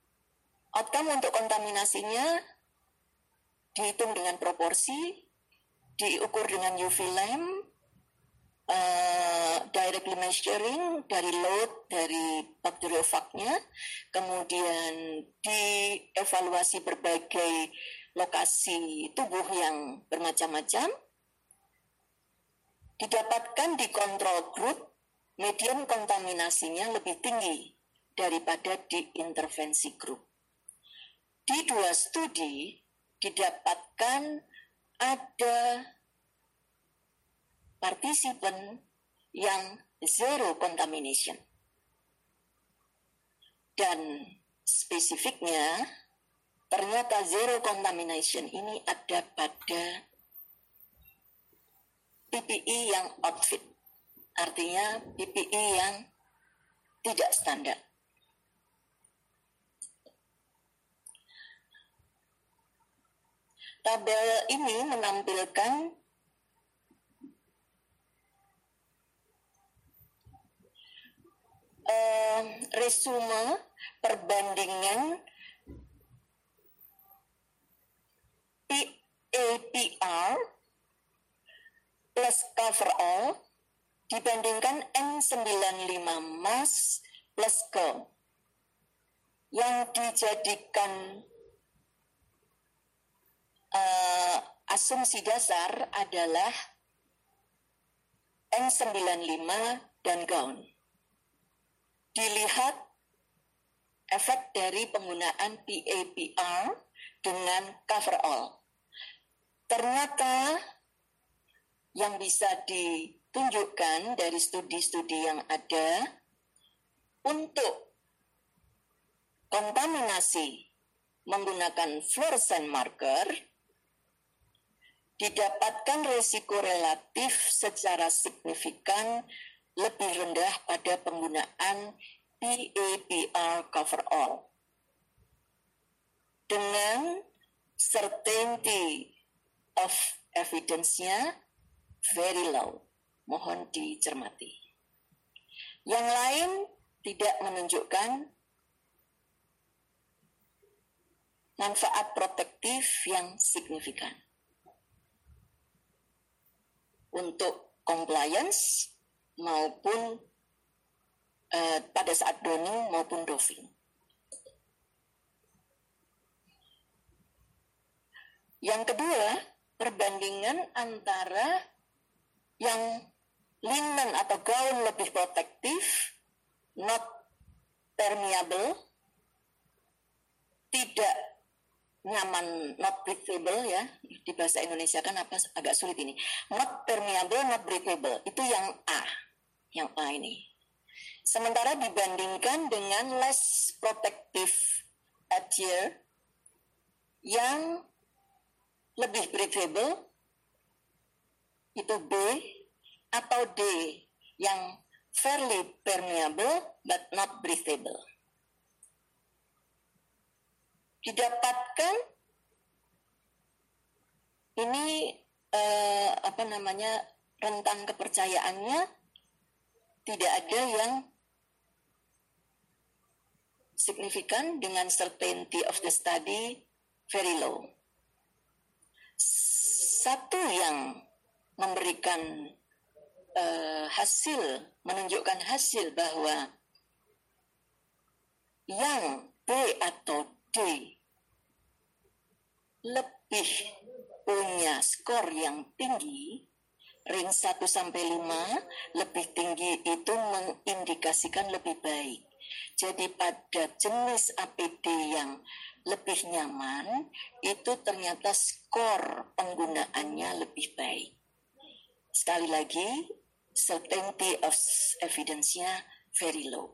Outcome untuk kontaminasinya dihitung dengan proporsi diukur dengan UV lamp, directly measuring dari load dari bakteriofagnya, kemudian dievaluasi berbagai lokasi tubuh yang bermacam-macam, didapatkan di control group medium kontaminasinya lebih tinggi daripada di intervensi group. Di 2 studi didapatkan ada partisipan yang zero contamination. Dan spesifiknya, ternyata zero contamination ini ada pada PPE yang outfit. Artinya PPE yang tidak standar. Tabel ini menampilkan resume perbandingan PAPR plus coverall dibandingkan N95 mask plus gown yang dijadikan asumsi dasar adalah N95 dan gown. Dilihat efek dari penggunaan PAPR dengan coverall. Ternyata yang bisa ditunjukkan dari studi-studi yang ada untuk kontaminasi menggunakan fluorescent marker didapatkan risiko relatif secara signifikan lebih rendah pada penggunaan PAPR coverall dengan certainty of evidence-nya very low. Mohon dicermati. Yang lain tidak menunjukkan manfaat protektif yang signifikan. Untuk compliance maupun pada saat donning maupun doffing. Yang kedua, perbandingan antara yang linen atau gaun lebih protektif, not permeable, tidak nyaman, not breathable ya, di bahasa Indonesia kan apa agak sulit ini. Not permeable, not breathable, itu yang A ini. Sementara dibandingkan dengan less protective adhere yang lebih breathable, itu B, atau D yang fairly permeable but not breathable. Didapatkan ini rentang kepercayaannya tidak ada yang signifikan dengan certainty of the study very low. Satu yang memberikan menunjukkan hasil bahwa yang B atau D lebih punya skor yang tinggi, range 1 sampai 5, lebih tinggi itu mengindikasikan lebih baik. Jadi pada jenis APD yang lebih nyaman, itu ternyata skor penggunaannya lebih baik. Sekali lagi, certainty of evidence-nya very low.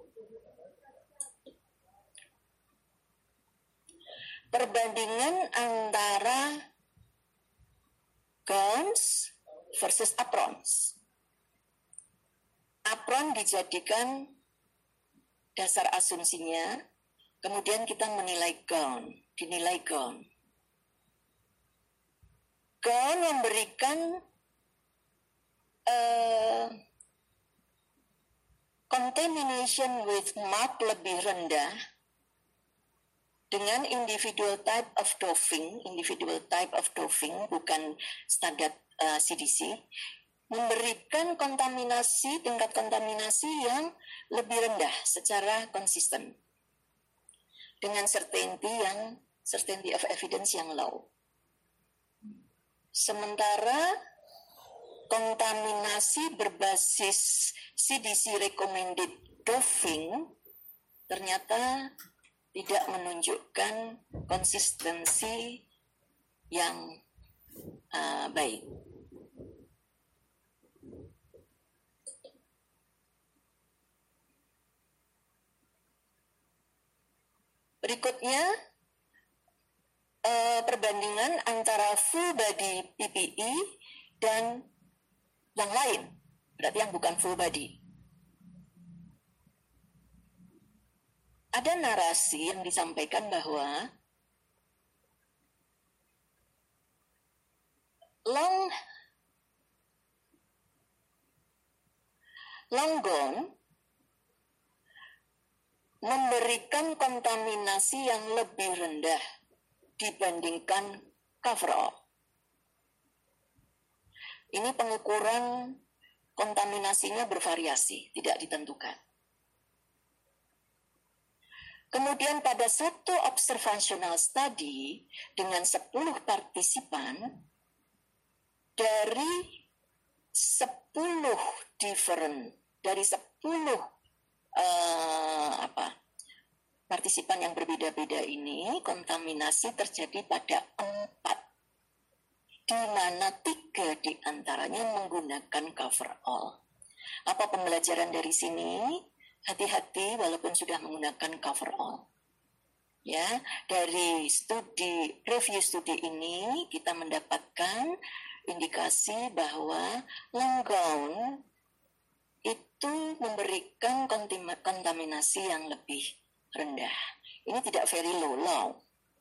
Perbandingan antara gowns versus aprons. Apron dijadikan dasar asumsinya, kemudian kita menilai dinilai gown. Gown memberikan contamination with mark lebih rendah dengan individual type of doffing bukan standar CDC memberikan tingkat kontaminasi yang lebih rendah secara konsisten dengan certainty of evidence yang low. Sementara kontaminasi berbasis CDC recommended dosing ternyata tidak menunjukkan konsistensi yang baik. Berikutnya, perbandingan antara full body PPE dan yang lain, berarti yang bukan full body. Ada narasi yang disampaikan bahwa long gown memberikan kontaminasi yang lebih rendah dibandingkan coverall. Ini pengukuran kontaminasinya bervariasi, tidak ditentukan. Kemudian pada satu observational study dengan 10 partisipan, dari 10 partisipan yang berbeda-beda ini, kontaminasi terjadi pada 4, di mana 3 di antaranya menggunakan coverall. Apa pembelajaran dari sini? Hati-hati walaupun sudah menggunakan coverall. Ya, dari review studi ini kita mendapatkan indikasi bahwa long gown itu memberikan kontaminasi yang lebih rendah. Ini tidak very low.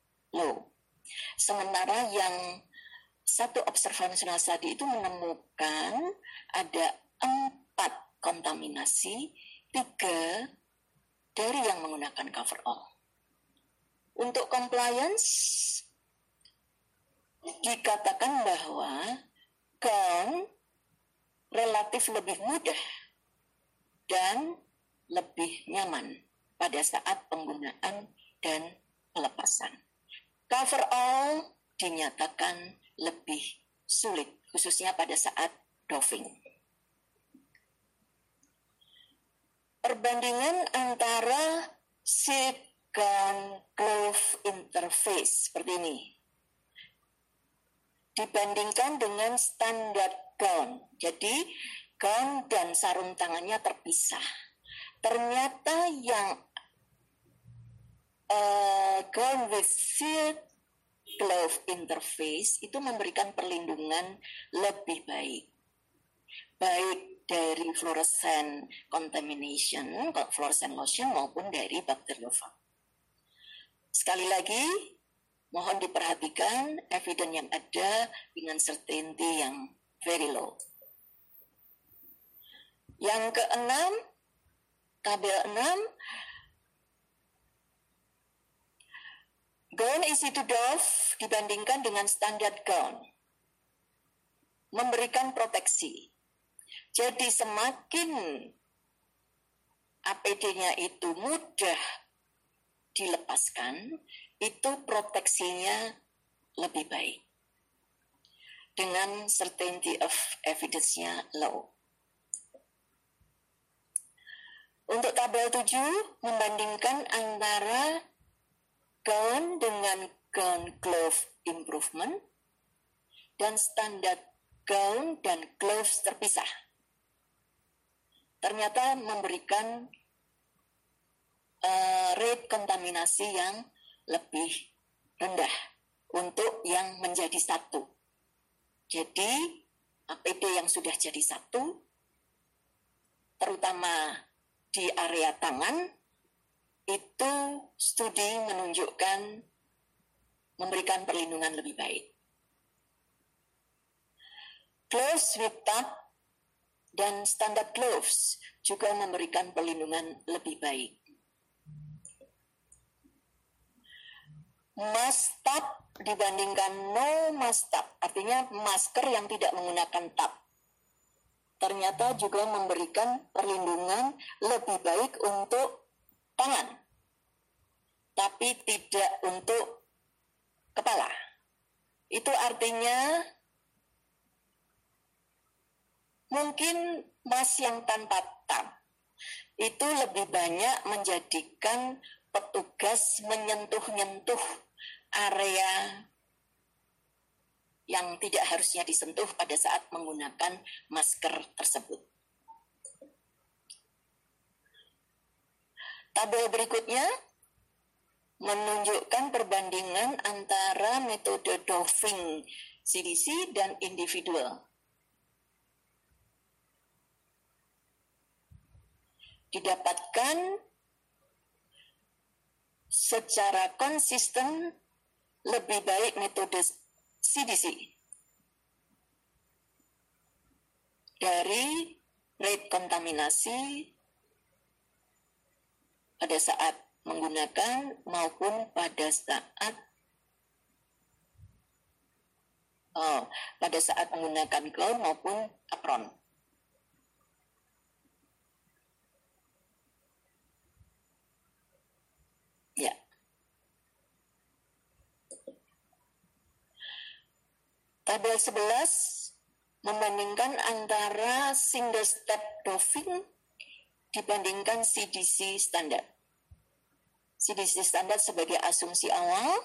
Sementara yang satu observational study itu menemukan ada 4 kontaminasi, 3 dari yang menggunakan coverall. Untuk compliance, dikatakan bahwa gown relatif lebih mudah dan lebih nyaman pada saat penggunaan dan pelepasan. Coverall dinyatakan lebih sulit, khususnya pada saat doffing. Perbandingan antara seat gown glove interface seperti ini dibandingkan dengan standar gown. Jadi gown dan sarung tangannya terpisah. Ternyata yang gown with seat glove interface itu memberikan perlindungan lebih baik dari fluorescent contamination, fluorescent lotion maupun dari bakteriofag. Sekali lagi, mohon diperhatikan evidence yang ada dengan certainty yang very low. Yang keenam, tabel 6, gown easy to doff dibandingkan dengan standard gown memberikan proteksi. Jadi semakin APD-nya itu mudah dilepaskan, itu proteksinya lebih baik. Dengan certainty of evidence-nya low. Untuk tabel 7, membandingkan antara gown dengan gown glove improvement dan standar gown dan gloves terpisah. Ternyata memberikan rate kontaminasi yang lebih rendah untuk yang menjadi satu. Jadi APD yang sudah jadi satu, terutama di area tangan, itu studi menunjukkan memberikan perlindungan lebih baik. Gloves with tab dan standar gloves juga memberikan perlindungan lebih baik. Mask tab dibandingkan no mask tab, artinya masker yang tidak menggunakan tab, ternyata juga memberikan perlindungan lebih baik untuk tangan, tapi tidak untuk kepala. Itu artinya mungkin mask yang tanpa tab itu lebih banyak menjadikan petugas menyentuh-nyentuh area yang tidak harusnya disentuh pada saat menggunakan masker tersebut. Tabel berikutnya menunjukkan perbandingan antara metode Doving CDC dan individual. Didapatkan secara konsisten lebih baik metode CDC dari rate kontaminasi pada saat menggunakan maupun pada saat menggunakan gown maupun apron. Ya. Tabel 11 membandingkan antara single step dosing dibandingkan CDC standar. CDC standar sebagai asumsi awal,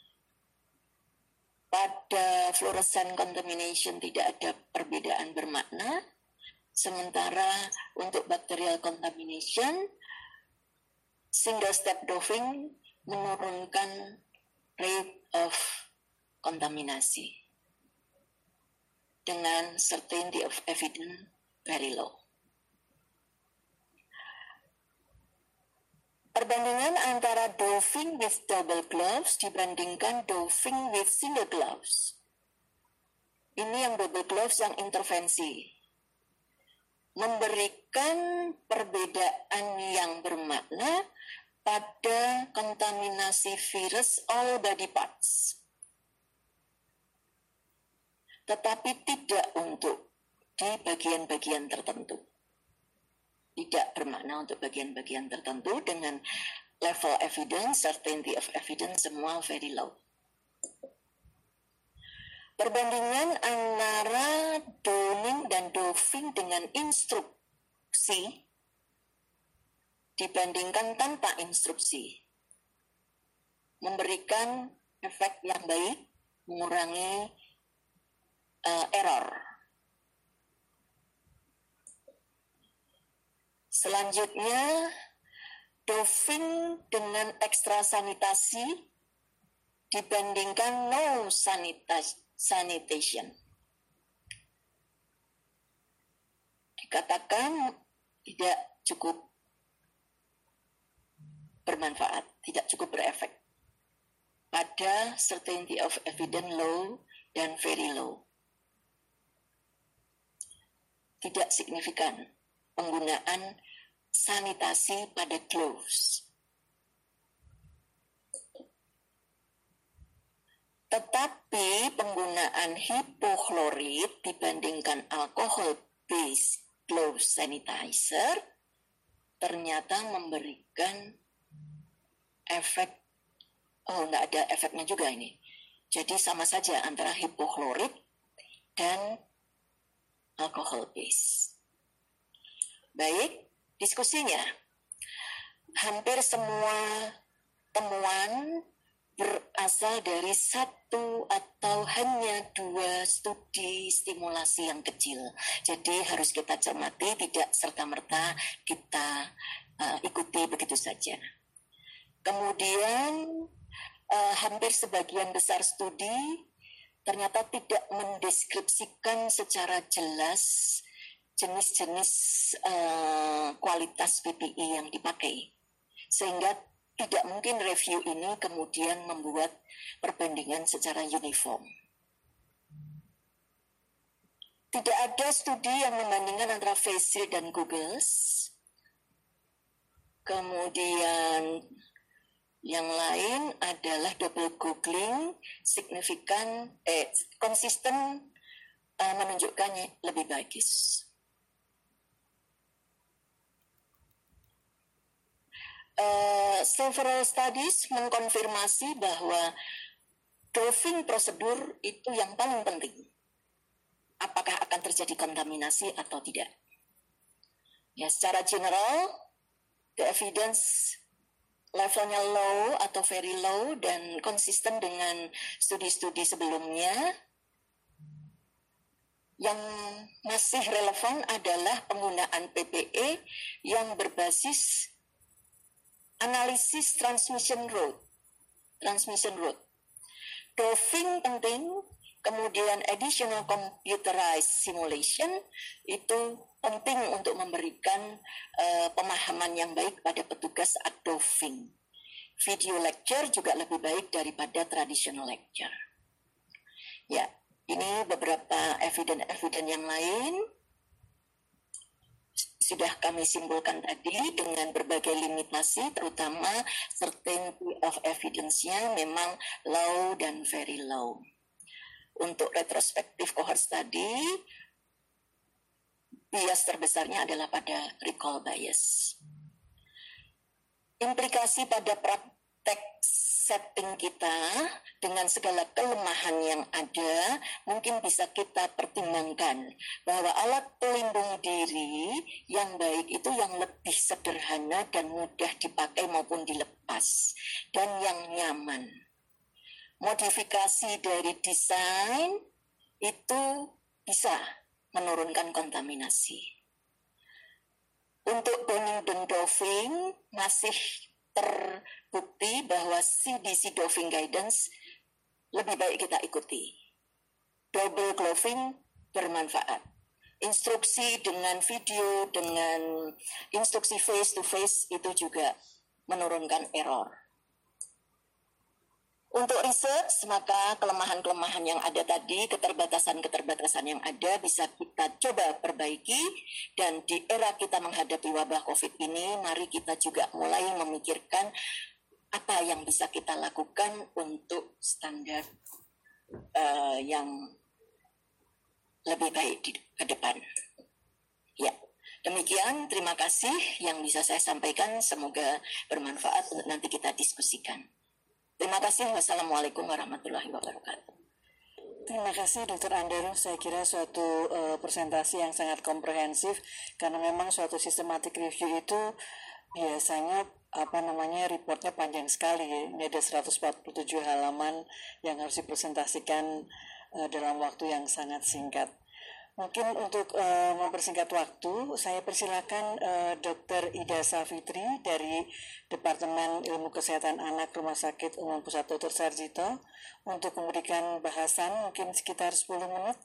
pada fluorescent contamination tidak ada perbedaan bermakna, sementara untuk bacterial contamination, single step dosing menurunkan rate of kontaminasi dengan certainty of evidence very low. Perbandingan antara dosing with double gloves dibandingkan dosing with single gloves. Ini yang double gloves yang intervensi. Memberikan perbedaan yang bermakna pada kontaminasi virus all body parts. Tetapi tidak untuk di bagian-bagian tertentu. Tidak bermakna untuk bagian-bagian tertentu dengan level evidence, certainty of evidence semua very low. Perbandingan antara donning dan dosing dengan instruksi dibandingkan tanpa instruksi memberikan efek yang baik, mengurangi error. Selanjutnya, dosing dengan ekstra sanitasi dibandingkan no sanitation. Dikatakan tidak cukup bermanfaat, tidak cukup berefek pada certainty of evidence low dan very low. Tidak signifikan penggunaan sanitasi pada gloves. Tetapi penggunaan hipoklorit dibandingkan alcohol-based glove sanitizer ternyata memberikan efek, nggak ada efeknya juga ini. Jadi sama saja antara hipoklorit dan alcohol base. Baik, diskusinya. Hampir semua temuan berasal dari satu atau hanya dua studi stimulasi yang kecil. Jadi harus kita cermati, tidak serta-merta kita ikuti begitu saja. Kemudian hampir sebagian besar studi ternyata tidak mendeskripsikan secara jelas jenis-jenis kualitas PPE yang dipakai. Sehingga tidak mungkin review ini kemudian membuat perbandingan secara uniform. Tidak ada studi yang membandingkan antara face shield dan goggles. Kemudian Yang lain adalah double googling, konsisten menunjukkannya lebih bagus. Several studies mengkonfirmasi bahwa dosing prosedur itu yang paling penting. Apakah akan terjadi kontaminasi atau tidak? Ya, secara general, the evidence levelnya low atau very low dan konsisten dengan studi-studi sebelumnya. Yang masih relevan adalah penggunaan PPE yang berbasis analisis transmission route. Dosing penting, kemudian additional computerized simulation itu penting untuk memberikan pemahaman yang baik pada petugas saat dosing. Video lecture juga lebih baik daripada traditional lecture. Ya, ini beberapa evidence yang lain. Sudah kami simpulkan tadi dengan berbagai limitasi, terutama certainty of evidence-nya memang low dan very low. Untuk retrospektif cohort study, bias terbesarnya adalah pada recall bias. Implikasi pada praktek setting kita dengan segala kelemahan yang ada, mungkin bisa kita pertimbangkan bahwa alat pelindung diri yang baik itu yang lebih sederhana dan mudah dipakai maupun dilepas, dan yang nyaman. Modifikasi dari desain itu bisa menurunkan kontaminasi. Untuk boning dan doffing masih terbukti bahwa CDC dosing guidance lebih baik kita ikuti. Double gloving bermanfaat. Instruksi dengan video, dengan instruksi face to face itu juga menurunkan error. Untuk research, maka kelemahan-kelemahan yang ada tadi, keterbatasan-keterbatasan yang ada bisa kita coba perbaiki, dan di era kita menghadapi wabah COVID ini, mari kita juga mulai memikirkan apa yang bisa kita lakukan untuk standar yang lebih baik ke depan. Ya, demikian, terima kasih yang bisa saya sampaikan, semoga bermanfaat untuk nanti kita diskusikan. Terima kasih. Wassalamualaikum warahmatullahi wabarakatuh. Terima kasih Dr. Andero. Saya kira suatu presentasi yang sangat komprehensif, karena memang suatu systematic review itu biasanya reportnya panjang sekali. Ini ada 147 halaman yang harus dipresentasikan dalam waktu yang sangat singkat. Mungkin untuk mempersingkat waktu, saya persilakan Dr. Ida Savitri dari Departemen Ilmu Kesehatan Anak Rumah Sakit Umum Pusat Dr. Sarjito untuk memberikan bahasan mungkin sekitar 10 menit.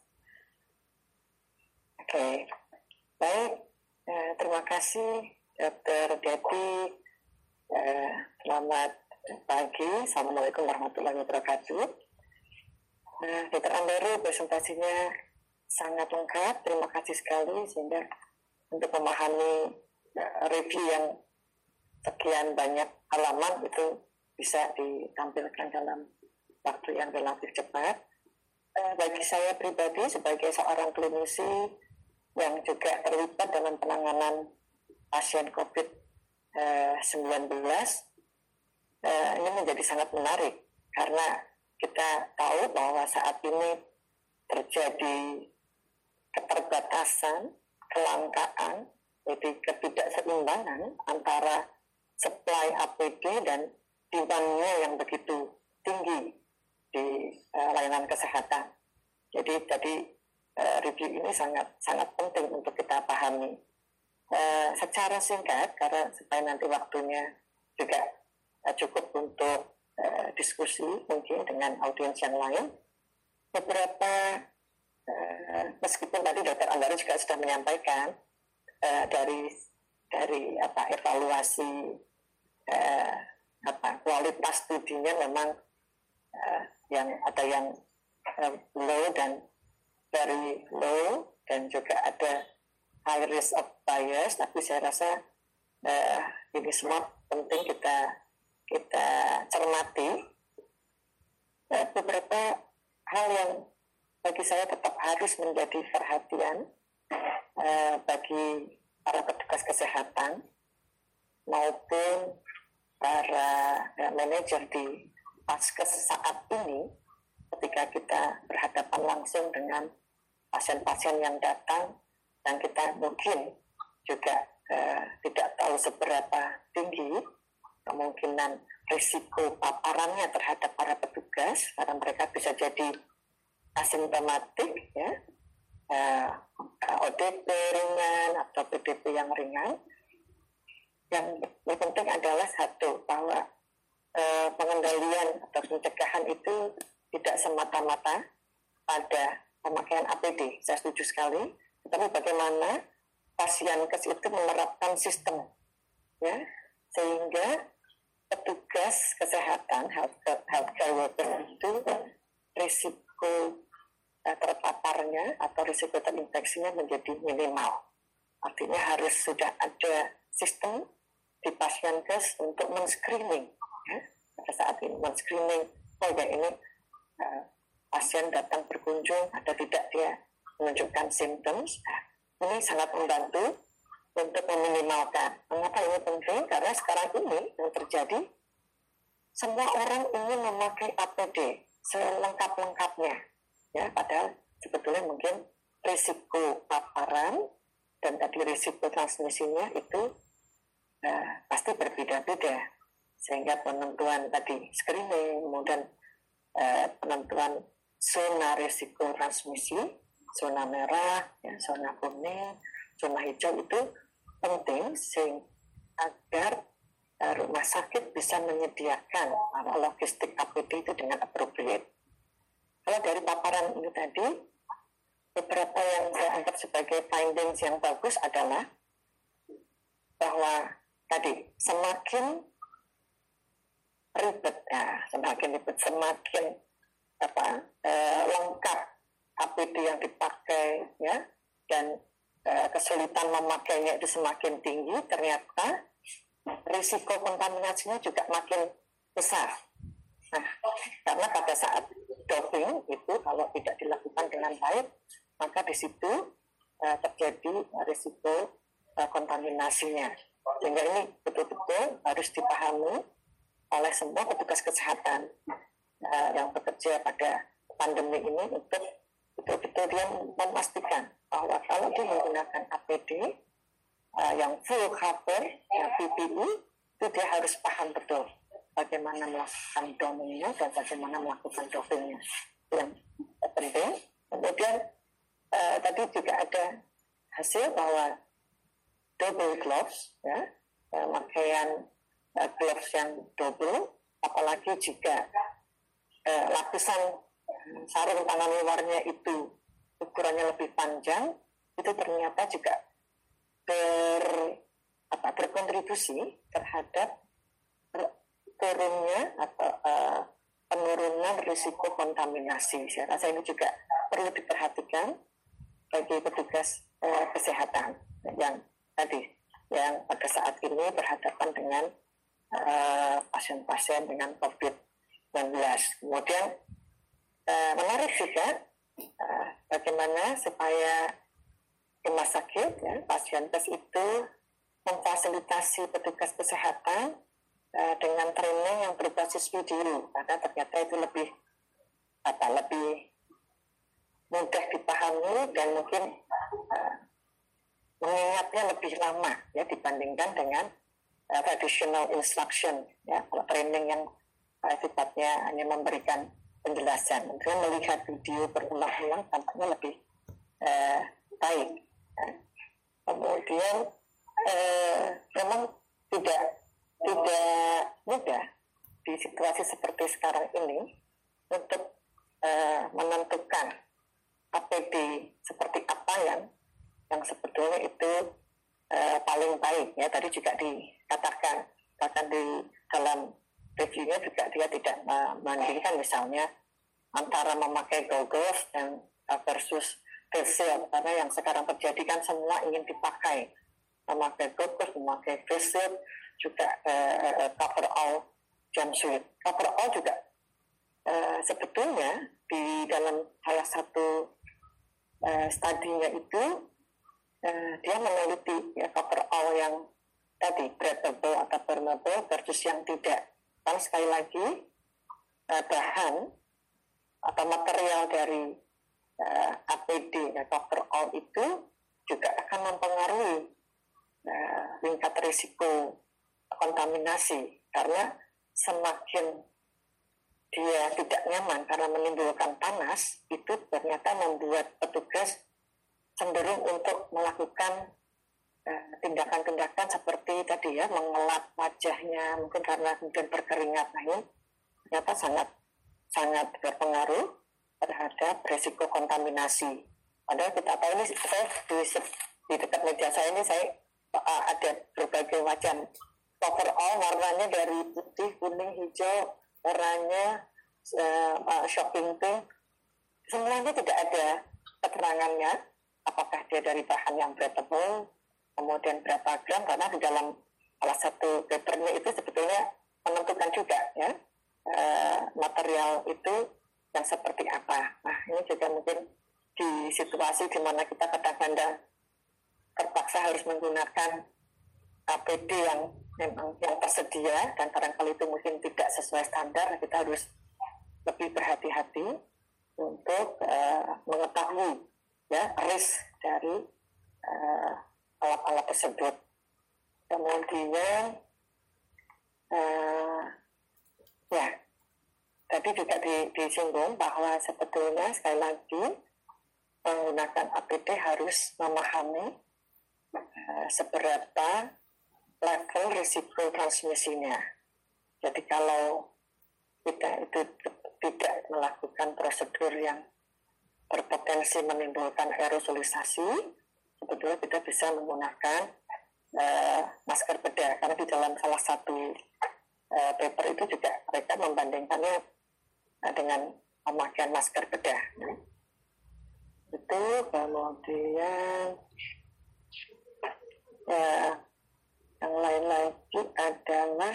Oke, baik. Terima kasih Dr. Deti. Selamat pagi. Assalamualaikum warahmatullahi wabarakatuh. Dr. Andero, presentasinya sangat lengkap, terima kasih sekali, sehingga untuk memahami review yang sekian banyak halaman itu bisa ditampilkan dalam waktu yang relatif cepat. Bagi saya pribadi sebagai seorang klinisi yang juga terlibat dalam penanganan pasien COVID-19, ini menjadi sangat menarik karena kita tahu bahwa saat ini terjadi keterbatasan, kelangkaan, jadi ketidakseimbangan antara supply APD dan demand-nya yang begitu tinggi di layanan kesehatan. Jadi tadi review ini sangat penting untuk kita pahami. Secara singkat, karena supaya nanti waktunya juga cukup untuk diskusi mungkin dengan audiens yang lain, beberapa meskipun tadi Dr. Andaro juga sudah menyampaikan dari evaluasi kualitas studinya memang yang ada yang low dan very low, dan juga ada high risk of bias, tapi saya rasa ini semua penting kita cermati beberapa hal yang bagi saya tetap harus menjadi perhatian bagi para petugas kesehatan maupun para manajer di Paskes saat ini ketika kita berhadapan langsung dengan pasien-pasien yang datang dan kita mungkin juga tidak tahu seberapa tinggi kemungkinan risiko paparannya terhadap para petugas karena mereka bisa jadi asimptomatik ya, ODP ringan atau PDP yang ringan. Yang penting adalah satu, bahwa pengendalian atau pencegahan itu tidak semata-mata pada pemakaian APD. Saya setuju sekali, tetapi bagaimana Pasienkes itu menerapkan sistem, ya, sehingga petugas kesehatan, healthcare worker itu risiko terpaparnya atau risiko terinfeksinya menjadi minimal. Artinya harus sudah ada sistem di Pasienkes untuk men-screening, ya, pada saat ini men-screening, oh ya ini pasien datang berkunjung, ada tidak dia menunjukkan symptoms. Ini sangat membantu untuk meminimalkan. Mengapa ini penting? Karena sekarang ini yang terjadi, semua orang ingin memakai APD selengkap-lengkapnya, ya, padahal sebetulnya mungkin risiko paparan dan tadi risiko transmisinya itu pasti berbeda-beda, sehingga penentuan tadi screening, kemudian penentuan zona risiko transmisi, zona merah, ya, zona kuning, zona hijau itu penting sehingga agar rumah sakit bisa menyediakan logistik APD itu dengan appropriate. Kalau dari paparan ini tadi, beberapa yang saya anggap sebagai findings yang bagus adalah bahwa tadi semakin ribet, semakin lengkap APD yang dipakai, ya, dan kesulitan memakainya itu semakin tinggi, ternyata risiko kontaminasinya juga makin besar. Nah, karena pada saat doping itu kalau tidak dilakukan dengan baik, maka di situ terjadi risiko kontaminasinya. Sehingga ini betul-betul harus dipahami oleh semua petugas kesehatan yang bekerja pada pandemi ini untuk betul-betul dia memastikan bahwa kalau dia menggunakan APD yang full cover, yang PPE, itu dia harus paham betul bagaimana melakukan dopingnya dan bagaimana melakukan dopingnya. Yang penting. Kemudian tadi juga ada hasil bahwa double gloves, ya, pakaian gloves yang double, apalagi jika lapisan sarung tangan luarnya itu ukurannya lebih panjang, itu ternyata juga berkontribusi terhadap turunnya atau penurunan risiko kontaminasi. Saya rasa ini juga perlu diperhatikan bagi petugas kesehatan yang tadi, yang pada saat ini berhadapan dengan pasien-pasien dengan COVID-19. Kemudian menarik juga bagaimana supaya rumah sakit, ya, Pasienkes itu memfasilitasi petugas kesehatan dengan training yang berbasis video, karena ternyata itu lebih mudah dipahami dan mungkin mengingatnya lebih lama, ya, dibandingkan dengan traditional instruction, ya. Kalau training yang sifatnya hanya memberikan penjelasan, mungkin melihat video berulang-ulang tampaknya lebih baik. Ya. Kemudian memang tidak mudah di situasi seperti sekarang ini untuk menentukan APD seperti apa yang sebetulnya itu paling baik, ya. Tadi juga dikatakan bahkan di dalam reviewnya juga dia tidak membandingkan misalnya antara memakai goggles dan versus face shield, karena yang sekarang terjadi kan semua ingin dipakai, memakai goggles, memakai face shield, juga cover all jumpsuit. Overall juga sebetulnya di dalam salah satu studinya itu dia meneliti ya overall yang tadi breathable atau permeable versus yang tidak. Karena sekali lagi bahan atau material dari APD ya, overall itu juga akan mempengaruhi tingkat risiko kontaminasi, karena semakin dia tidak nyaman karena menimbulkan panas, itu ternyata membuat petugas cenderung untuk melakukan tindakan-tindakan seperti tadi ya, mengelap wajahnya mungkin karena kemudian berkeringat. Nah ini ternyata sangat berpengaruh terhadap risiko kontaminasi. Padahal kita tahu ini, saya di dekat meja saya ini saya ada berbagai macam overall warnanya dari putih, kuning, hijau, oranye, shopping pink, semuanya tidak ada keterangannya apakah dia dari bahan yang breathable, kemudian berapa gram, karena di dalam salah satu papernya itu sebetulnya menentukan juga ya material itu yang seperti apa. Nah ini juga mungkin di situasi di mana kita kadang-kadang terpaksa harus menggunakan APD yang memang yang tersedia dan barangkali itu mungkin tidak sesuai standar, kita harus lebih berhati-hati untuk mengetahui ya risk dari alat-alat tersebut. Kemudian ya tadi juga disinggung bahwa sebetulnya sekali lagi menggunakan APD harus memahami seberapa level risiko transmisinya. Jadi kalau kita itu tidak melakukan prosedur yang berpotensi menimbulkan aerosolisasi, sebetulnya kita bisa menggunakan masker bedah, karena di dalam salah satu paper itu juga mereka membandingkannya dengan pemakaian masker bedah. Itu kemudian yang lain lagi adalah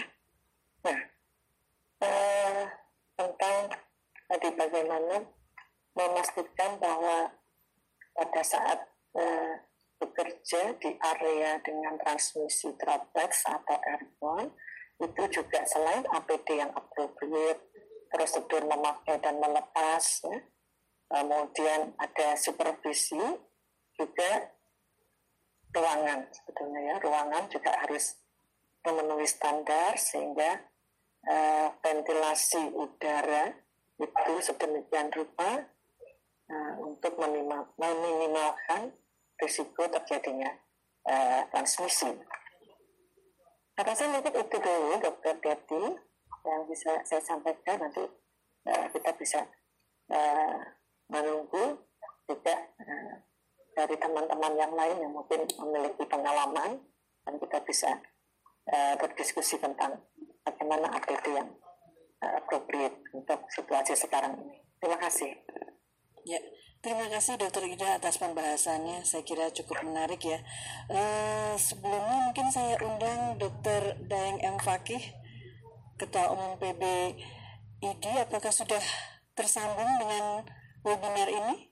tentang tadi bagaimana memastikan bahwa pada saat bekerja di area dengan transmisi droplets atau airborne itu juga selain APD yang appropriate, prosedur memakai dan melepas ya, kemudian ada supervisi, juga ruangan sebetulnya ya, ruangan juga harus memenuhi standar sehingga ventilasi udara itu sedemikian rupa untuk meminimalkan risiko terjadinya transmisi. Saya rasa mungkin itu dulu Dr. Deti yang bisa saya sampaikan, nanti kita bisa menunggu juga dari teman-teman yang lain yang mungkin memiliki pengalaman, dan kita bisa berdiskusi tentang bagaimana APD yang appropriate untuk situasi sekarang ini. Terima kasih. Ya, terima kasih Dr. Ida atas pembahasannya. Saya kira cukup menarik ya. Sebelumnya mungkin saya undang Dr. Daeng M. Fakih, Ketua Umum PBID. Apakah sudah tersambung dengan webinar ini?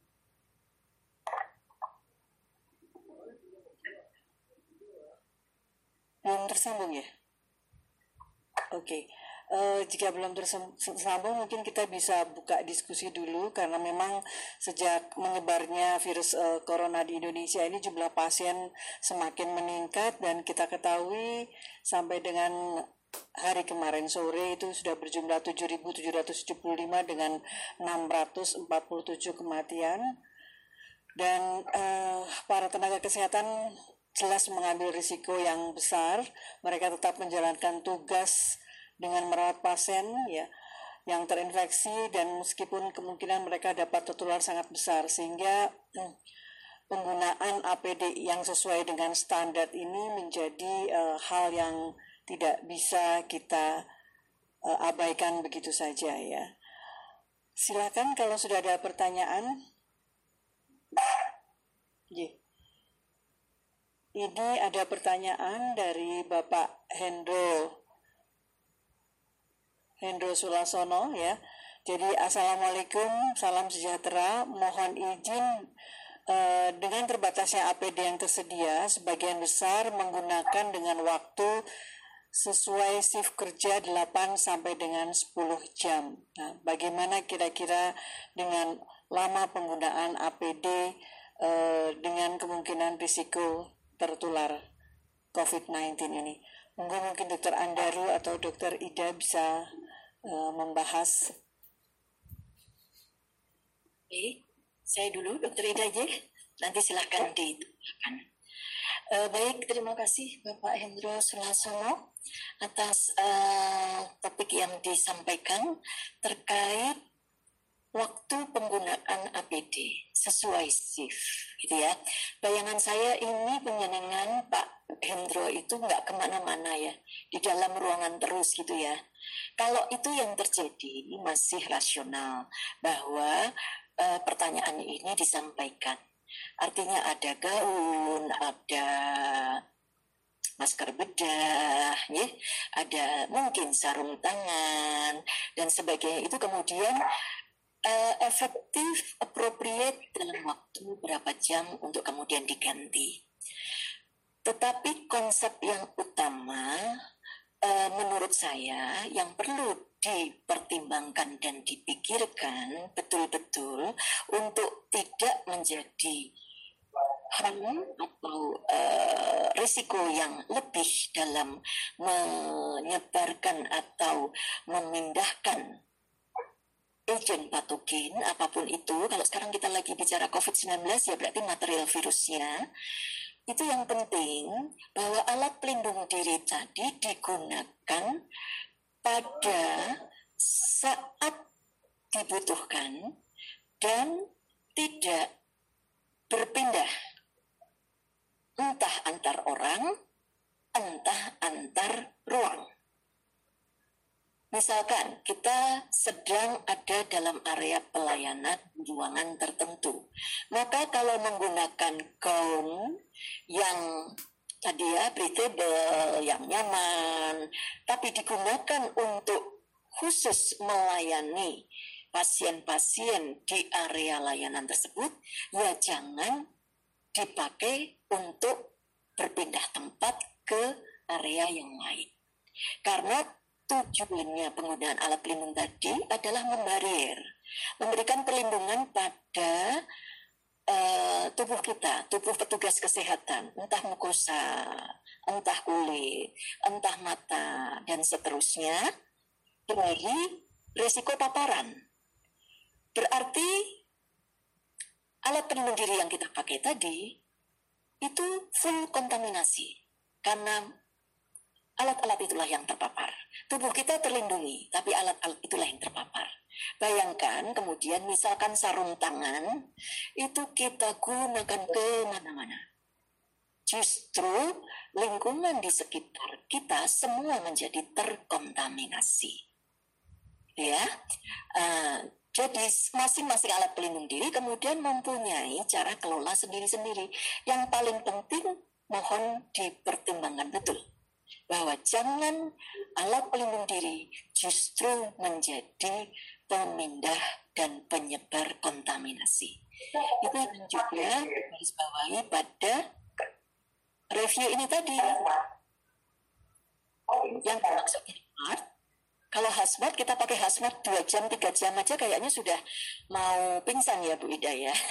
Belum tersambung ya? Oke. Jika belum tersambung, mungkin kita bisa buka diskusi dulu, karena memang sejak menyebarnya virus corona di Indonesia ini jumlah pasien semakin meningkat, dan kita ketahui sampai dengan hari kemarin sore itu sudah berjumlah 7.775 dengan 647 kematian, dan para tenaga kesehatan jelas mengambil risiko yang besar. Mereka tetap menjalankan tugas dengan merawat pasien ya yang terinfeksi, dan meskipun kemungkinan mereka dapat tertular sangat besar, sehingga penggunaan APD yang sesuai dengan standar ini menjadi hal yang tidak bisa kita abaikan begitu saja ya. Silakan kalau sudah ada pertanyaan. Ini ada pertanyaan dari Bapak Hendro Hendro Sulasono ya. Jadi assalamualaikum, salam sejahtera. Mohon izin dengan terbatasnya APD yang tersedia, sebagian besar menggunakan dengan waktu sesuai shift kerja 8 sampai dengan 10 jam. Nah, bagaimana kira-kira dengan lama penggunaan APD dengan kemungkinan risiko tertular COVID-19 ini? Mungkin Dr. Andaru atau Dr. Ida bisa membahas. Oke, saya dulu Dr. Ida aja, nanti silahkan ditambahkan. Baik, terima kasih Bapak Hendro Sulasono atas topik yang disampaikan terkait waktu penggunaan APD sesuai shift, gitu ya. Bayangan saya ini penjenengan Pak Hendro itu nggak kemana-mana ya, di dalam ruangan terus gitu ya. Kalau itu yang terjadi masih rasional bahwa pertanyaan ini disampaikan. Artinya ada gaun, ada masker bedah, ya, ada mungkin sarung tangan dan sebagainya. Itu kemudian efektif, appropriate dalam waktu berapa jam untuk kemudian diganti. Tetapi konsep yang utama menurut saya yang perlu dipertimbangkan dan dipikirkan betul-betul untuk tidak menjadi hal atau risiko yang lebih dalam menyebarkan atau memindahkan agen patogen apapun itu. Kalau sekarang kita lagi bicara COVID-19 ya berarti material virusnya. Itu yang penting bahwa alat pelindung diri tadi digunakan pada saat dibutuhkan dan tidak berpindah entah antar orang, entah antar ruang. Misalkan kita sedang ada dalam area pelayanan ruangan tertentu, maka kalau menggunakan gaun yang tadi ya breathable, yang nyaman, tapi digunakan untuk khusus melayani pasien-pasien di area layanan tersebut, ya jangan dipakai untuk berpindah tempat ke area yang lain. Karena tujuannya penggunaan alat pelindung tadi adalah memberikan perlindungan pada tubuh kita, tubuh petugas kesehatan, entah mukosa, entah kulit, entah mata, dan seterusnya, dari risiko paparan. Berarti alat pelindung diri yang kita pakai tadi itu full kontaminasi, karena alat-alat itulah yang terpapar. Tubuh kita terlindungi, tapi alat-alat itulah yang terpapar. Bayangkan kemudian misalkan sarung tangan itu kita gunakan ke mana-mana. Justru lingkungan di sekitar kita semua menjadi terkontaminasi. Ya, jadi masing-masing alat pelindung diri kemudian mempunyai cara kelola sendiri-sendiri. Yang paling penting mohon dipertimbangkan betul bahwa jangan alat pelindung diri justru menjadi pemindah dan penyebar kontaminasi. Itu yang juga digarisbawahi pada review ini tadi. Yang dimaksud smart, kalau hazmat kita pakai hazmat 2 jam, 3 jam aja kayaknya sudah mau pingsan ya Bu Ida ya.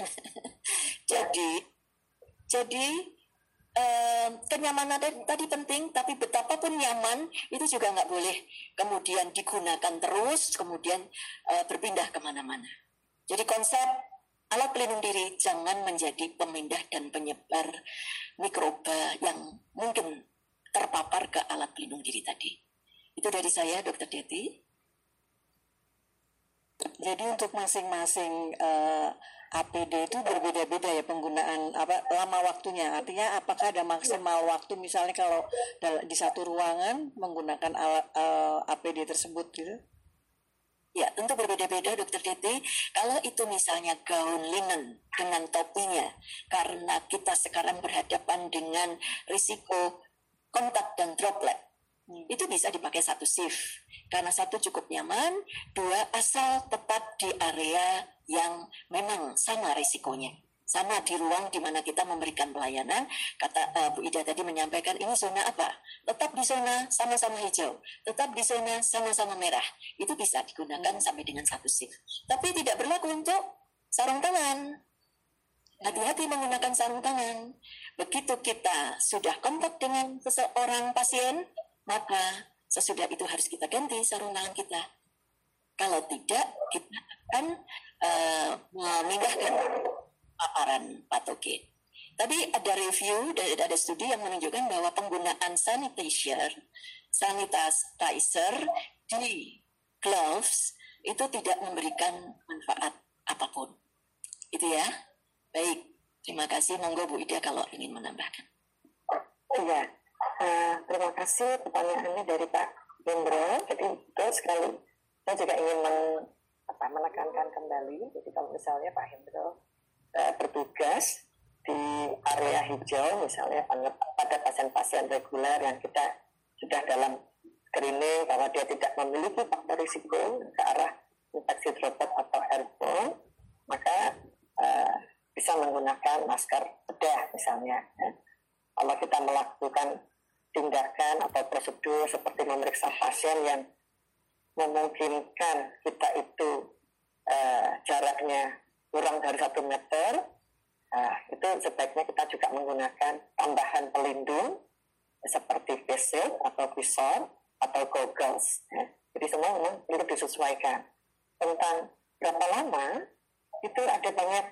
Jadi kenyamanan tadi penting, tapi betapapun nyaman itu juga nggak boleh kemudian digunakan terus, kemudian berpindah kemana-mana. Jadi konsep alat pelindung diri jangan menjadi pemindah dan penyebar mikroba yang mungkin terpapar ke alat pelindung diri tadi. Itu dari saya, Dr. Deti. Jadi untuk masing-masing APD itu berbeda-beda ya penggunaan lama waktunya. Artinya apakah ada maksimal waktu misalnya kalau di satu ruangan menggunakan alat APD tersebut gitu? Ya, tentu berbeda-beda Dr. Deti. Kalau itu misalnya gaun linen dengan topinya, karena kita sekarang berhadapan dengan risiko kontak dan droplet. itu bisa dipakai satu shift. Karena satu cukup nyaman, dua asal tepat di area yang memang sama risikonya. Sama di ruang di mana kita memberikan pelayanan. Kata Bu Ida tadi menyampaikan ini zona apa? Tetap di zona sama-sama hijau, tetap di zona sama-sama merah. Itu bisa digunakan sampai dengan satu shift. Tapi tidak berlaku untuk sarung tangan. Hati-hati menggunakan sarung tangan. Begitu kita sudah kontak dengan seseorang pasien, maka sesudah itu harus kita ganti sarung tangan kita. Kalau tidak, kita akan memindahkan paparan patogen. Tadi ada review, ada studi yang menunjukkan bahwa penggunaan sanitizer di gloves itu tidak memberikan manfaat apapun. Itu ya. Baik, terima kasih. Monggo Bu Ida kalau ingin menambahkan. Iya, terima kasih pertanyaannya dari Pak Hendro. Jadi betul sekali. Saya juga ingin menekankan kembali. Jadi kalau misalnya Pak Hendro bertugas di area hijau, misalnya pada pasien-pasien reguler yang kita sudah dalam screening bahwa dia tidak memiliki faktor risiko ke arah infeksi droplet atau airborne, maka bisa menggunakan masker bedah misalnya. Kalau kita melakukan tindakan atau prosedur seperti memeriksa pasien yang memungkinkan kita itu jaraknya kurang dari 1 meter, itu sebaiknya kita juga menggunakan tambahan pelindung seperti face shield atau visor atau goggles. Jadi semua memang perlu disesuaikan. Tentang berapa lama, itu ada banyak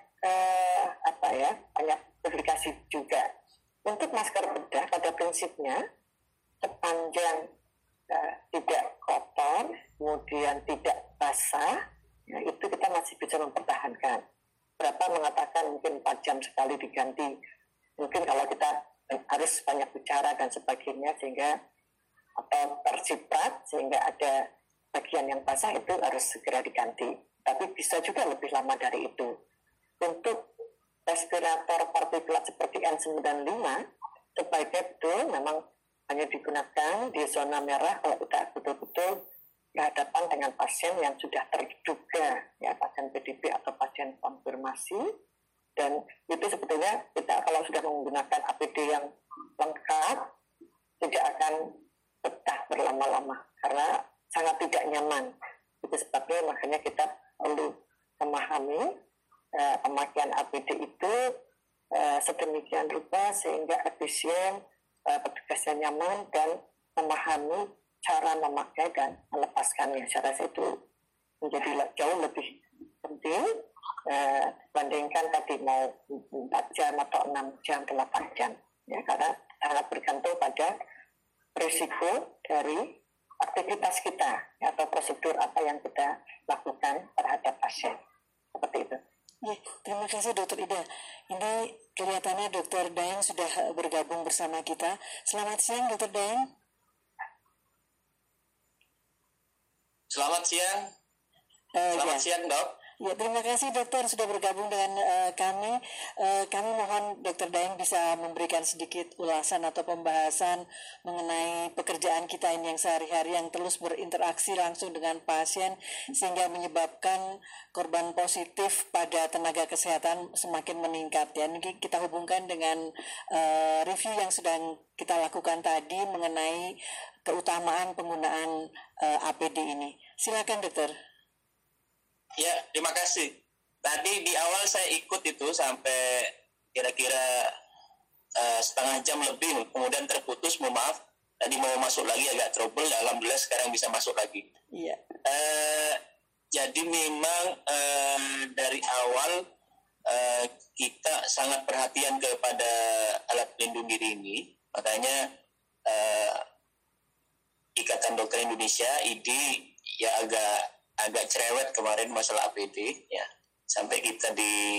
banyak publikasi juga. Untuk masker bedah pada prinsipnya sepanjang tidak kotor, kemudian tidak basah, ya, itu kita masih bisa mempertahankan. Berapa mengatakan mungkin 4 jam sekali diganti. Mungkin kalau kita harus banyak bicara dan sebagainya sehingga atau terciprat sehingga ada bagian yang basah itu harus segera diganti. Tapi bisa juga lebih lama dari itu. Untuk respirator partikulat seperti N95 sebaiknya betul memang hanya digunakan di zona merah kalau kita betul-betul berhadapan dengan pasien yang sudah terduga ya pasien PDP atau pasien konfirmasi, dan itu sebetulnya kita kalau sudah menggunakan APD yang lengkap tidak akan betah berlama-lama karena sangat tidak nyaman. Itu sebabnya makanya kita perlu memahami pemakaian APD itu sedemikian rupa sehingga efisien, petugasnya nyaman dan memahami cara memakai dan melepaskannya. Saya rasa itu menjadi jauh lebih penting dibandingkan tadi mau 4 jam atau 6 jam, 8 jam. Ya, karena sangat bergantung pada risiko dari aktivitas kita ya, atau prosedur apa yang kita lakukan terhadap pasien. Seperti itu. Ya, terima kasih Dokter Ida. Ini kelihatannya Dokter Daeng sudah bergabung bersama kita. Selamat siang Dokter Daeng. Selamat siang. Selamat siang Dok. Ya, terima kasih dokter sudah bergabung dengan kami. Kami mohon Dokter Daeng bisa memberikan sedikit ulasan atau pembahasan mengenai pekerjaan kita ini yang sehari-hari yang terus berinteraksi langsung dengan pasien sehingga menyebabkan korban positif pada tenaga kesehatan semakin meningkat. Ya, ini kita hubungkan dengan review yang sedang kita lakukan tadi mengenai keutamaan penggunaan APD ini. Silakan dokter. Ya, terima kasih. Tadi di awal saya ikut itu sampai kira-kira setengah jam lebih, kemudian terputus, mohon maaf. Tadi mau masuk lagi agak trouble, alhamdulillah sekarang bisa masuk lagi. Iya. Jadi memang dari awal kita sangat perhatian kepada alat pelindung diri ini, makanya Ikatan Dokter Indonesia (IDI) ya agak cerewet kemarin masalah APD ya, sampai kita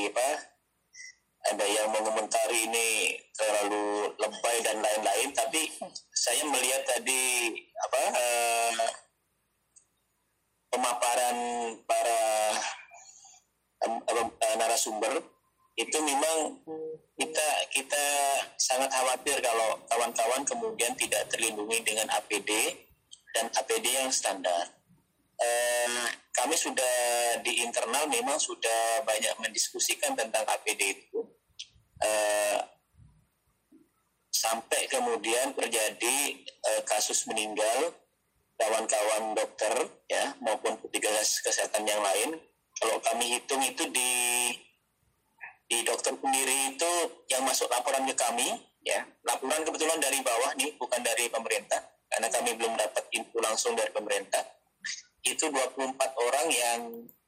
ada yang mengomentari ini terlalu lebay dan lain-lain, tapi saya melihat tadi pemaparan para narasumber itu memang kita sangat khawatir kalau kawan-kawan kemudian tidak terlindungi dengan APD dan APD yang standar. Kami sudah di internal memang sudah banyak mendiskusikan tentang APD itu, sampai kemudian terjadi kasus meninggal kawan-kawan dokter ya maupun petugas kesehatan yang lain. Kalau kami hitung itu di dokter sendiri itu yang masuk laporan ke kami ya, laporan kebetulan dari bawah nih, bukan dari pemerintah karena kami belum dapat info langsung dari pemerintah. Itu 24 orang yang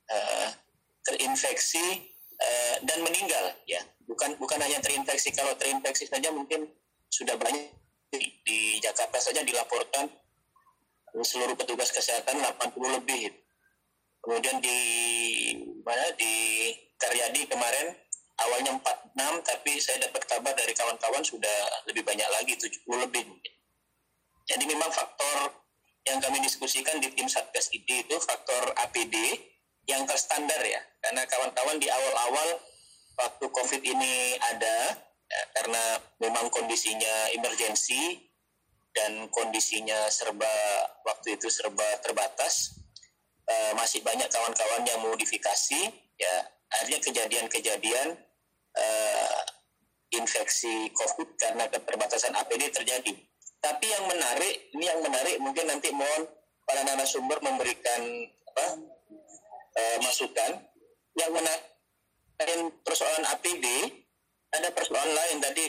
terinfeksi dan meninggal ya. Bukan hanya terinfeksi, kalau terinfeksi saja mungkin sudah banyak. Di Jakarta saja dilaporkan seluruh petugas kesehatan 80 lebih. Kemudian di Karyadi kemarin awalnya 46, tapi saya dapat kabar dari kawan-kawan sudah lebih banyak lagi, 70 lebih mungkin. Jadi memang faktor yang kami diskusikan di tim Satgas ID itu faktor APD yang terstandar ya, karena kawan-kawan di awal-awal waktu COVID ini ada ya, karena memang kondisinya emergensi dan kondisinya waktu itu serba terbatas, masih banyak kawan-kawan yang modifikasi ya, akhirnya kejadian-kejadian infeksi COVID karena keterbatasan APD terjadi. Tapi yang menarik mungkin nanti mohon para narasumber memberikan masukan. Yang menarik persoalan APD, ada persoalan lain tadi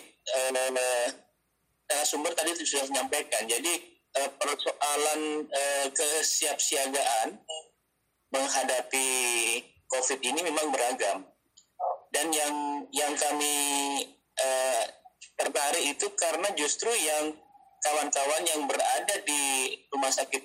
narasumber tadi sudah menyampaikan. Jadi persoalan kesiapsiagaan menghadapi COVID ini memang beragam. Dan yang kami tertarik itu karena justru yang kawan-kawan yang berada di rumah sakit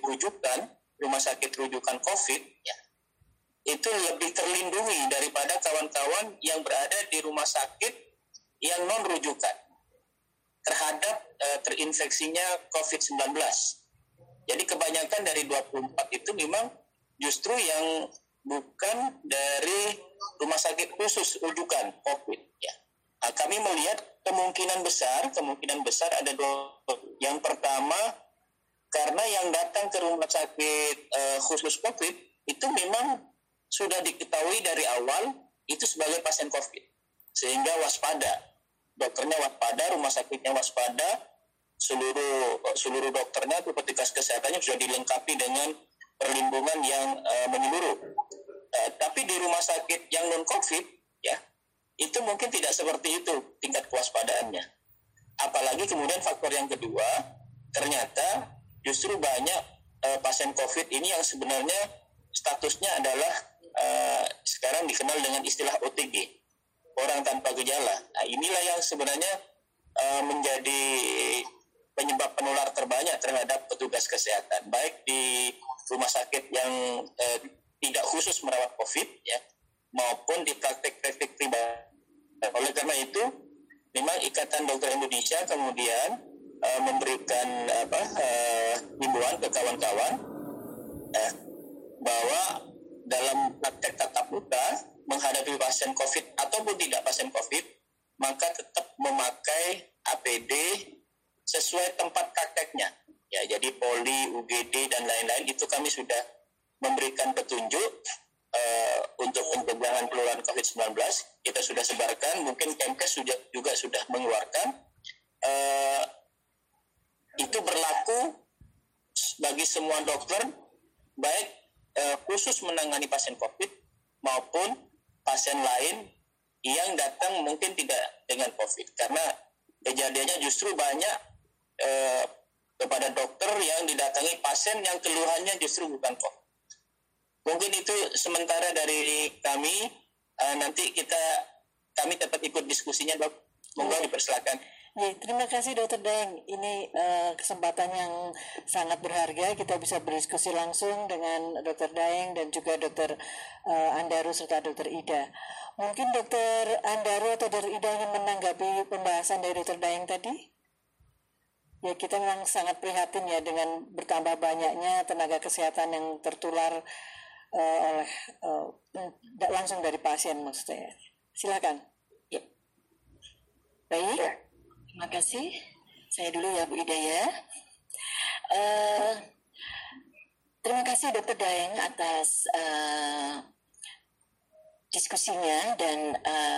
rujukan COVID ya, itu lebih terlindungi daripada kawan-kawan yang berada di rumah sakit yang non rujukan terhadap terinfeksinya COVID-19. Jadi kebanyakan dari 24 itu memang justru yang bukan dari rumah sakit khusus rujukan COVID ya. Nah, kami melihat kemungkinan besar ada dua. Yang pertama, karena yang datang ke rumah sakit khusus COVID itu memang sudah diketahui dari awal itu sebagai pasien COVID, sehingga waspada, dokternya waspada, rumah sakitnya waspada, seluruh dokternya atau petugas kesehatannya sudah dilengkapi dengan perlindungan yang menyeluruh. Tapi di rumah sakit yang non COVID ya, itu mungkin tidak seperti itu tingkat kewaspadaannya. Apalagi kemudian faktor yang kedua, ternyata justru banyak pasien COVID ini yang sebenarnya statusnya adalah sekarang dikenal dengan istilah OTG, orang tanpa gejala. Nah, inilah yang sebenarnya menjadi penyebab penular terbanyak terhadap petugas kesehatan, baik di rumah sakit yang tidak khusus merawat COVID ya, maupun di praktik-praktik pribadi. Oleh karena itu, memang Ikatan Dokter Indonesia kemudian memberikan himbauan ke kawan-kawan bahwa dalam praktek tatap muka menghadapi pasien COVID ataupun tidak pasien COVID, maka tetap memakai APD sesuai tempat prakteknya. Ya, jadi poli, UGD dan lain-lain itu kami sudah memberikan petunjuk untuk pencegahan penularan COVID-19. Kita sudah sebarkan, mungkin Kemkes juga sudah mengeluarkan. Itu berlaku bagi semua dokter, baik khusus menangani pasien COVID maupun pasien lain yang datang mungkin tidak dengan COVID. Karena kejadiannya justru banyak kepada dokter yang didatangi pasien yang keluhannya justru bukan COVID. Mungkin itu sementara dari kami. Nanti kami tetap ikut diskusinya, Dok. Monggo dipersilakan. Ya, terima kasih Dr. Daeng. Ini kesempatan yang sangat berharga. Kita bisa berdiskusi langsung dengan Dr. Daeng dan juga Dr. Andaru serta Dr. Ida. Mungkin Dr. Andaru atau Dr. Ida ingin menanggapi pembahasan dari Dr. Daeng tadi? Ya, kita memang sangat prihatin ya dengan bertambah banyaknya tenaga kesehatan yang tertular langsung dari pasien maksudnya. Silakan. Baik, Ya. terima kasih. Saya dulu ya Bu Ida ya. Terima kasih Dr. Daeng atas diskusinya dan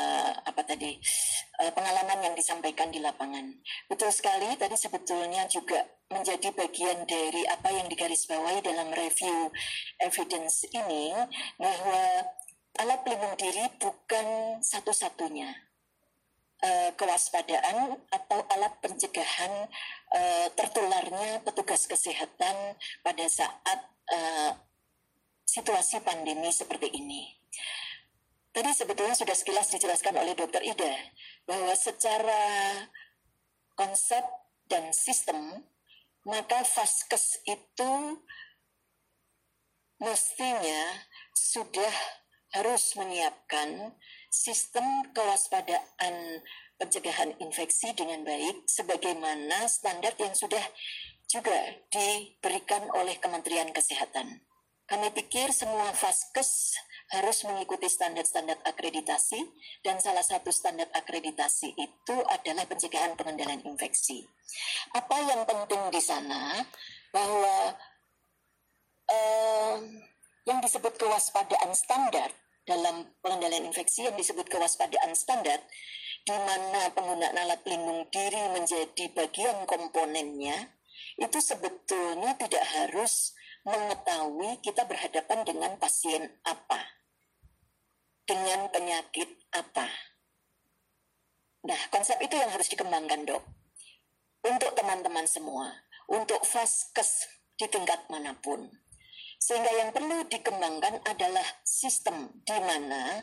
pengalaman yang disampaikan di lapangan. Betul sekali, tadi sebetulnya juga menjadi bagian dari apa yang digarisbawahi dalam review evidence ini, bahwa alat pelindung diri bukan satu-satunya kewaspadaan atau alat pencegahan tertularnya petugas kesehatan pada saat situasi pandemi seperti ini. Tadi sebetulnya sudah sekilas dijelaskan oleh Dr. Ida bahwa secara konsep dan sistem, maka Vaskes itu mestinya sudah harus menyiapkan sistem kewaspadaan pencegahan infeksi dengan baik sebagaimana standar yang sudah juga diberikan oleh Kementerian Kesehatan. Kami pikir semua Vaskes harus mengikuti standar-standar akreditasi, dan salah satu standar akreditasi itu adalah pencegahan pengendalian infeksi. Apa yang penting di sana, bahwa yang disebut kewaspadaan standar dalam pengendalian infeksi, yang disebut kewaspadaan standar, di mana penggunaan alat pelindung diri menjadi bagian komponennya, itu sebetulnya tidak harus mengetahui kita berhadapan dengan pasien apa, dengan penyakit apa. Nah, konsep itu yang harus dikembangkan, Dok. Untuk teman-teman semua, untuk Vaskes di tingkat manapun. Sehingga yang perlu dikembangkan adalah sistem di mana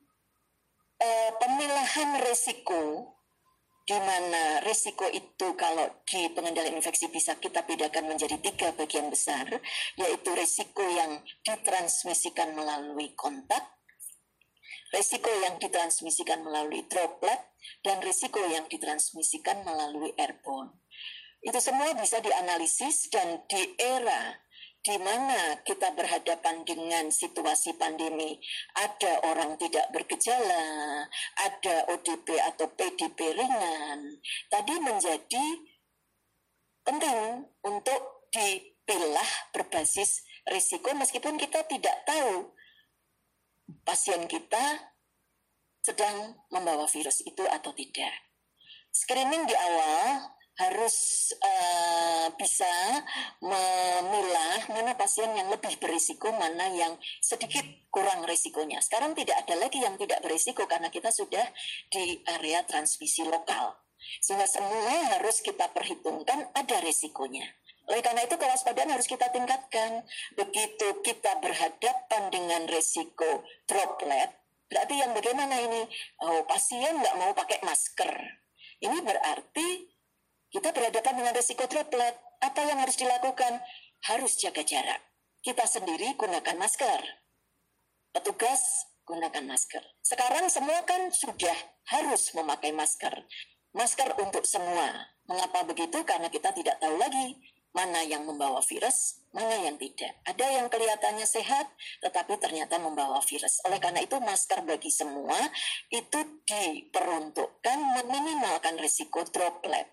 pemilahan risiko, di mana risiko itu kalau di pengendalian infeksi bisa kita bedakan menjadi 3 bagian besar, yaitu risiko yang ditransmisikan melalui kontak, risiko yang ditransmisikan melalui droplet, dan risiko yang ditransmisikan melalui airborne. Itu semua bisa dianalisis, dan di era di mana kita berhadapan dengan situasi pandemi, ada orang tidak bergejala, ada ODP atau PDP ringan, tadi menjadi penting untuk dipilah berbasis risiko meskipun kita tidak tahu pasien kita sedang membawa virus itu atau tidak. Screening di awal harus bisa memilah mana pasien yang lebih berisiko, mana yang sedikit kurang risikonya. Sekarang tidak ada lagi yang tidak berisiko karena kita sudah di area transmisi lokal. Sehingga semua harus kita perhitungkan ada risikonya. Oleh karena itu kewaspadaan harus kita tingkatkan. Begitu kita berhadapan dengan risiko droplet, berarti yang bagaimana ini? Oh, pasien nggak mau pakai masker. Ini berarti kita berhadapan dengan risiko droplet. Apa yang harus dilakukan? Harus jaga jarak. Kita sendiri gunakan masker. Petugas gunakan masker. Sekarang semua kan sudah harus memakai masker. Masker untuk semua. Mengapa begitu? Karena kita tidak tahu lagi mana yang membawa virus, mana yang tidak. Ada yang kelihatannya sehat, tetapi ternyata membawa virus. Oleh karena itu, masker bagi semua itu diperuntukkan meminimalkan risiko droplet.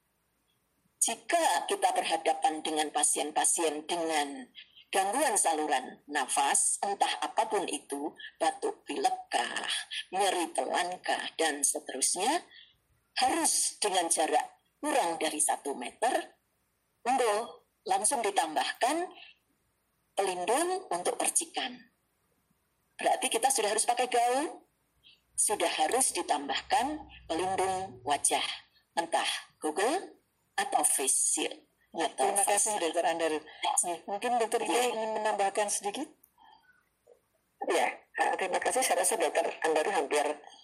Jika kita berhadapan dengan pasien-pasien dengan gangguan saluran nafas, entah apapun itu, batuk pilekkah, nyeri telankah, dan seterusnya, harus dengan jarak kurang dari 1 meter, langsung ditambahkan pelindung untuk percikan. Berarti kita sudah harus pakai gaun, sudah harus ditambahkan pelindung wajah, entah Google atau face shield. Terima kasih Dr. Andar. Mungkin Dr. Ida ingin menambahkan sedikit? Ya, terima kasih. Saya rasa Dr. Andar hampir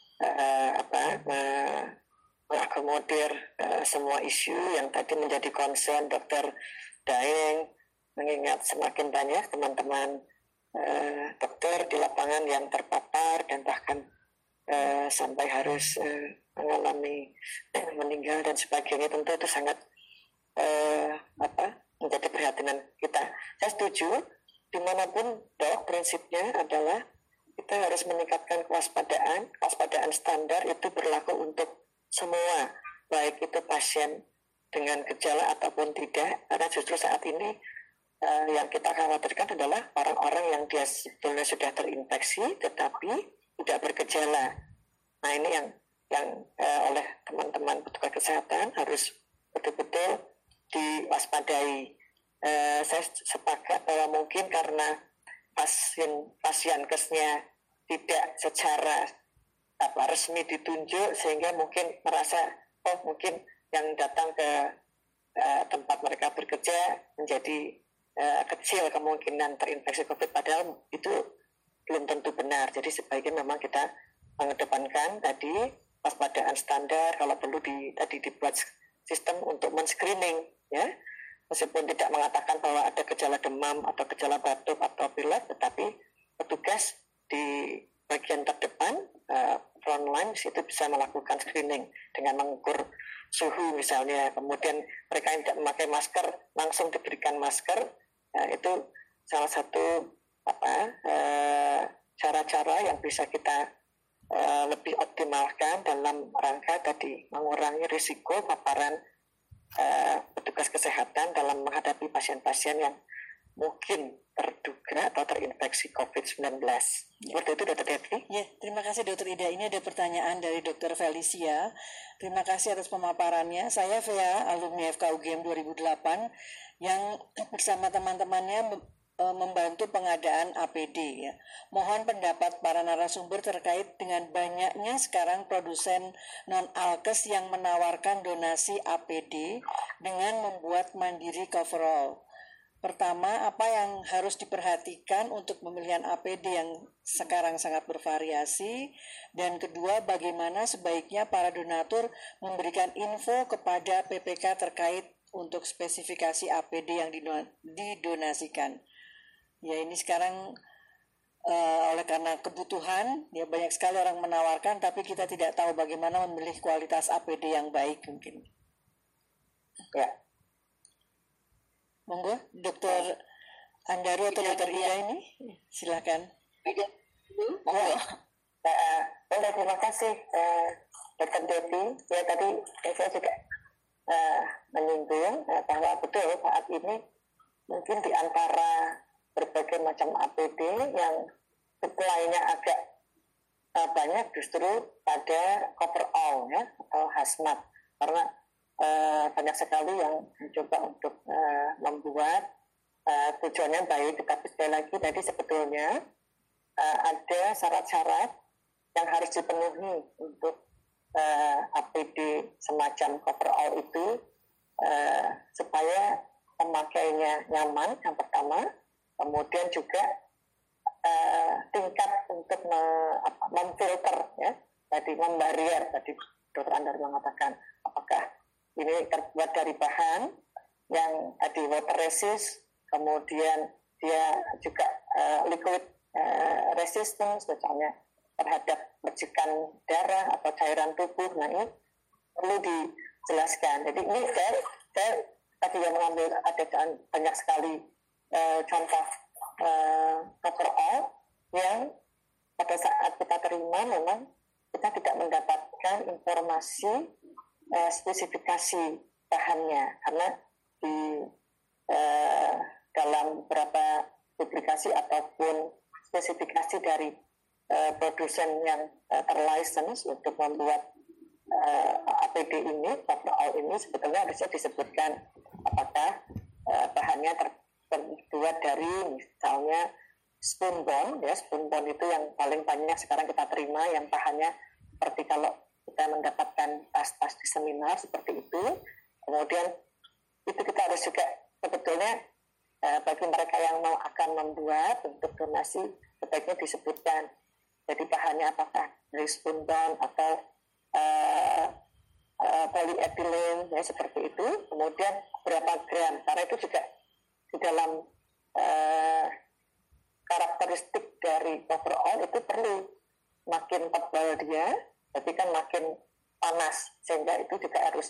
mengakomodir semua isu yang tadi menjadi concern Dr. Daeng, mengingat semakin banyak teman-teman dokter di lapangan yang terpapar dan bahkan sampai harus mengalami meninggal dan sebagainya, tentu itu sangat menjadi perhatian kita. Saya setuju, dimanapun Dok, prinsipnya adalah kita harus meningkatkan kewaspadaan standar itu berlaku untuk semua, baik itu pasien dengan gejala ataupun tidak, karena justru saat ini yang kita khawatirkan adalah orang-orang yang dia sebetulnya sudah terinfeksi tetapi tidak bergejala. Nah ini yang oleh teman-teman petugas kesehatan harus betul-betul diwaspadai. Saya sepakat bahwa mungkin karena pasien kesnya tidak secara resmi ditunjuk sehingga mungkin merasa mungkin yang datang ke tempat mereka bekerja menjadi kecil kemungkinan terinfeksi COVID, padahal itu belum tentu benar. Jadi sebaiknya memang kita mengedepankan tadi waspadaan standar, kalau perlu tadi dibuat sistem untuk men-screening ya, meskipun tidak mengatakan bahwa ada gejala demam atau gejala batuk atau pilek, tetapi petugas di bagian terdepan frontline itu bisa melakukan screening dengan mengukur suhu misalnya, kemudian mereka yang tidak memakai masker langsung diberikan masker. Itu salah satu cara-cara yang bisa kita lebih optimalkan dalam rangka tadi mengurangi risiko paparan petugas kesehatan dalam menghadapi pasien-pasien yang mungkin terduga atau terinfeksi COVID-19. Seperti itu, Dr. Devi. Ya, terima kasih Dr. Ida. Ini ada pertanyaan dari Dr. Felicia. Terima kasih atas pemaparannya. Saya Vea, alumni FKUGM 2008, yang bersama teman-temannya membantu pengadaan APD. Ya. Mohon pendapat para narasumber terkait dengan banyaknya sekarang produsen non-alkes yang menawarkan donasi APD dengan membuat mandiri coverall. Pertama, apa yang harus diperhatikan untuk pemilihan APD yang sekarang sangat bervariasi? Dan kedua, bagaimana sebaiknya para donatur memberikan info kepada PPK terkait untuk spesifikasi APD yang didonasikan? Ya, ini sekarang oleh karena kebutuhan, ya banyak sekali orang menawarkan, tapi kita tidak tahu bagaimana memilih kualitas APD yang baik mungkin. Ya. Monggo, Dr. Andaru atau Dr. Ida ini, silakan. Boleh, terima kasih Dr. Devi. Ya tadi saya juga menyinggung bahwa betul saat ini mungkin di antara berbagai macam APD yang supply-nya agak banyak justru pada coverall ya atau hazmat, karena banyak sekali yang mencoba untuk membuat tujuannya baik, tetapi sekali lagi tadi sebetulnya ada syarat-syarat yang harus dipenuhi untuk APD semacam coverall itu supaya pemakainya nyaman yang pertama, kemudian juga tingkat untuk memfilter ya, tadi membarier, tadi Dr. Andar mengatakan apakah ini terbuat dari bahan yang tadi water resist, kemudian dia juga liquid resistance misalnya terhadap percikan darah atau cairan tubuh. Nah ini perlu dijelaskan. Jadi ini saya tadi yang mengambil ada banyak sekali contoh coverall yang pada saat kita terima memang kita tidak mendapatkan informasi spesifikasi bahannya, karena di dalam beberapa publikasi ataupun spesifikasi dari produsen yang terlicense untuk membuat APD ini, coverall ini sebetulnya harusnya disebutkan apakah bahannya terbuat dari misalnya spunbond ya, spunbond itu yang paling banyak sekarang kita terima, yang bahannya seperti kalau kita mendapatkan tas-tas di seminar seperti itu. Kemudian itu kita harus juga sebetulnya bagi mereka yang mau akan membuat untuk donasi sebaiknya disebutkan jadi bahannya apakah dari spunbond atau polyethylene ya seperti itu, kemudian berapa gram, karena itu juga di dalam karakteristik dari coverall itu perlu makin tebal dia, tapi kan makin panas, sehingga itu juga harus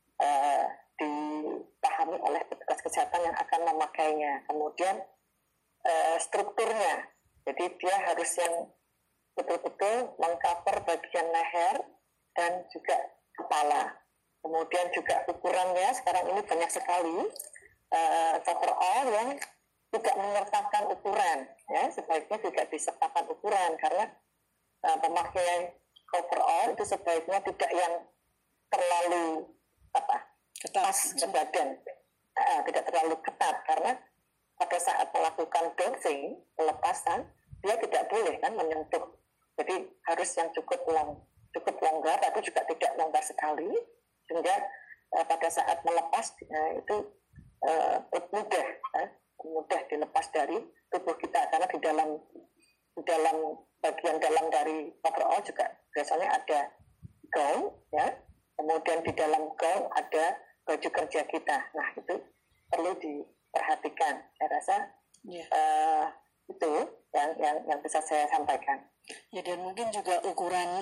dipahami oleh petugas kesehatan yang akan memakainya. Kemudian strukturnya, jadi dia harus yang betul-betul mengcover bagian leher dan juga kepala. Kemudian juga ukurannya sekarang ini banyak sekali coverall yang tidak menyertakan ukuran, ya sebaiknya tidak disertakan ukuran karena pemakai coverall itu sebaiknya tidak yang terlalu ketat pas badan, tidak terlalu ketat karena pada saat melakukan dosing, pelepasan, dia tidak boleh kan menyentuh. Jadi harus yang cukup longgar, tapi juga tidak longgar sekali, sehingga pada saat melepas itu mudah dilepas dari tubuh kita karena di dalam bagian dalam dari overall juga biasanya ada gaun, ya. Kemudian di dalam gaun ada baju kerja kita. Nah itu perlu diperhatikan. Saya rasa itu yang bisa saya sampaikan. Ya, dan mungkin juga ukuran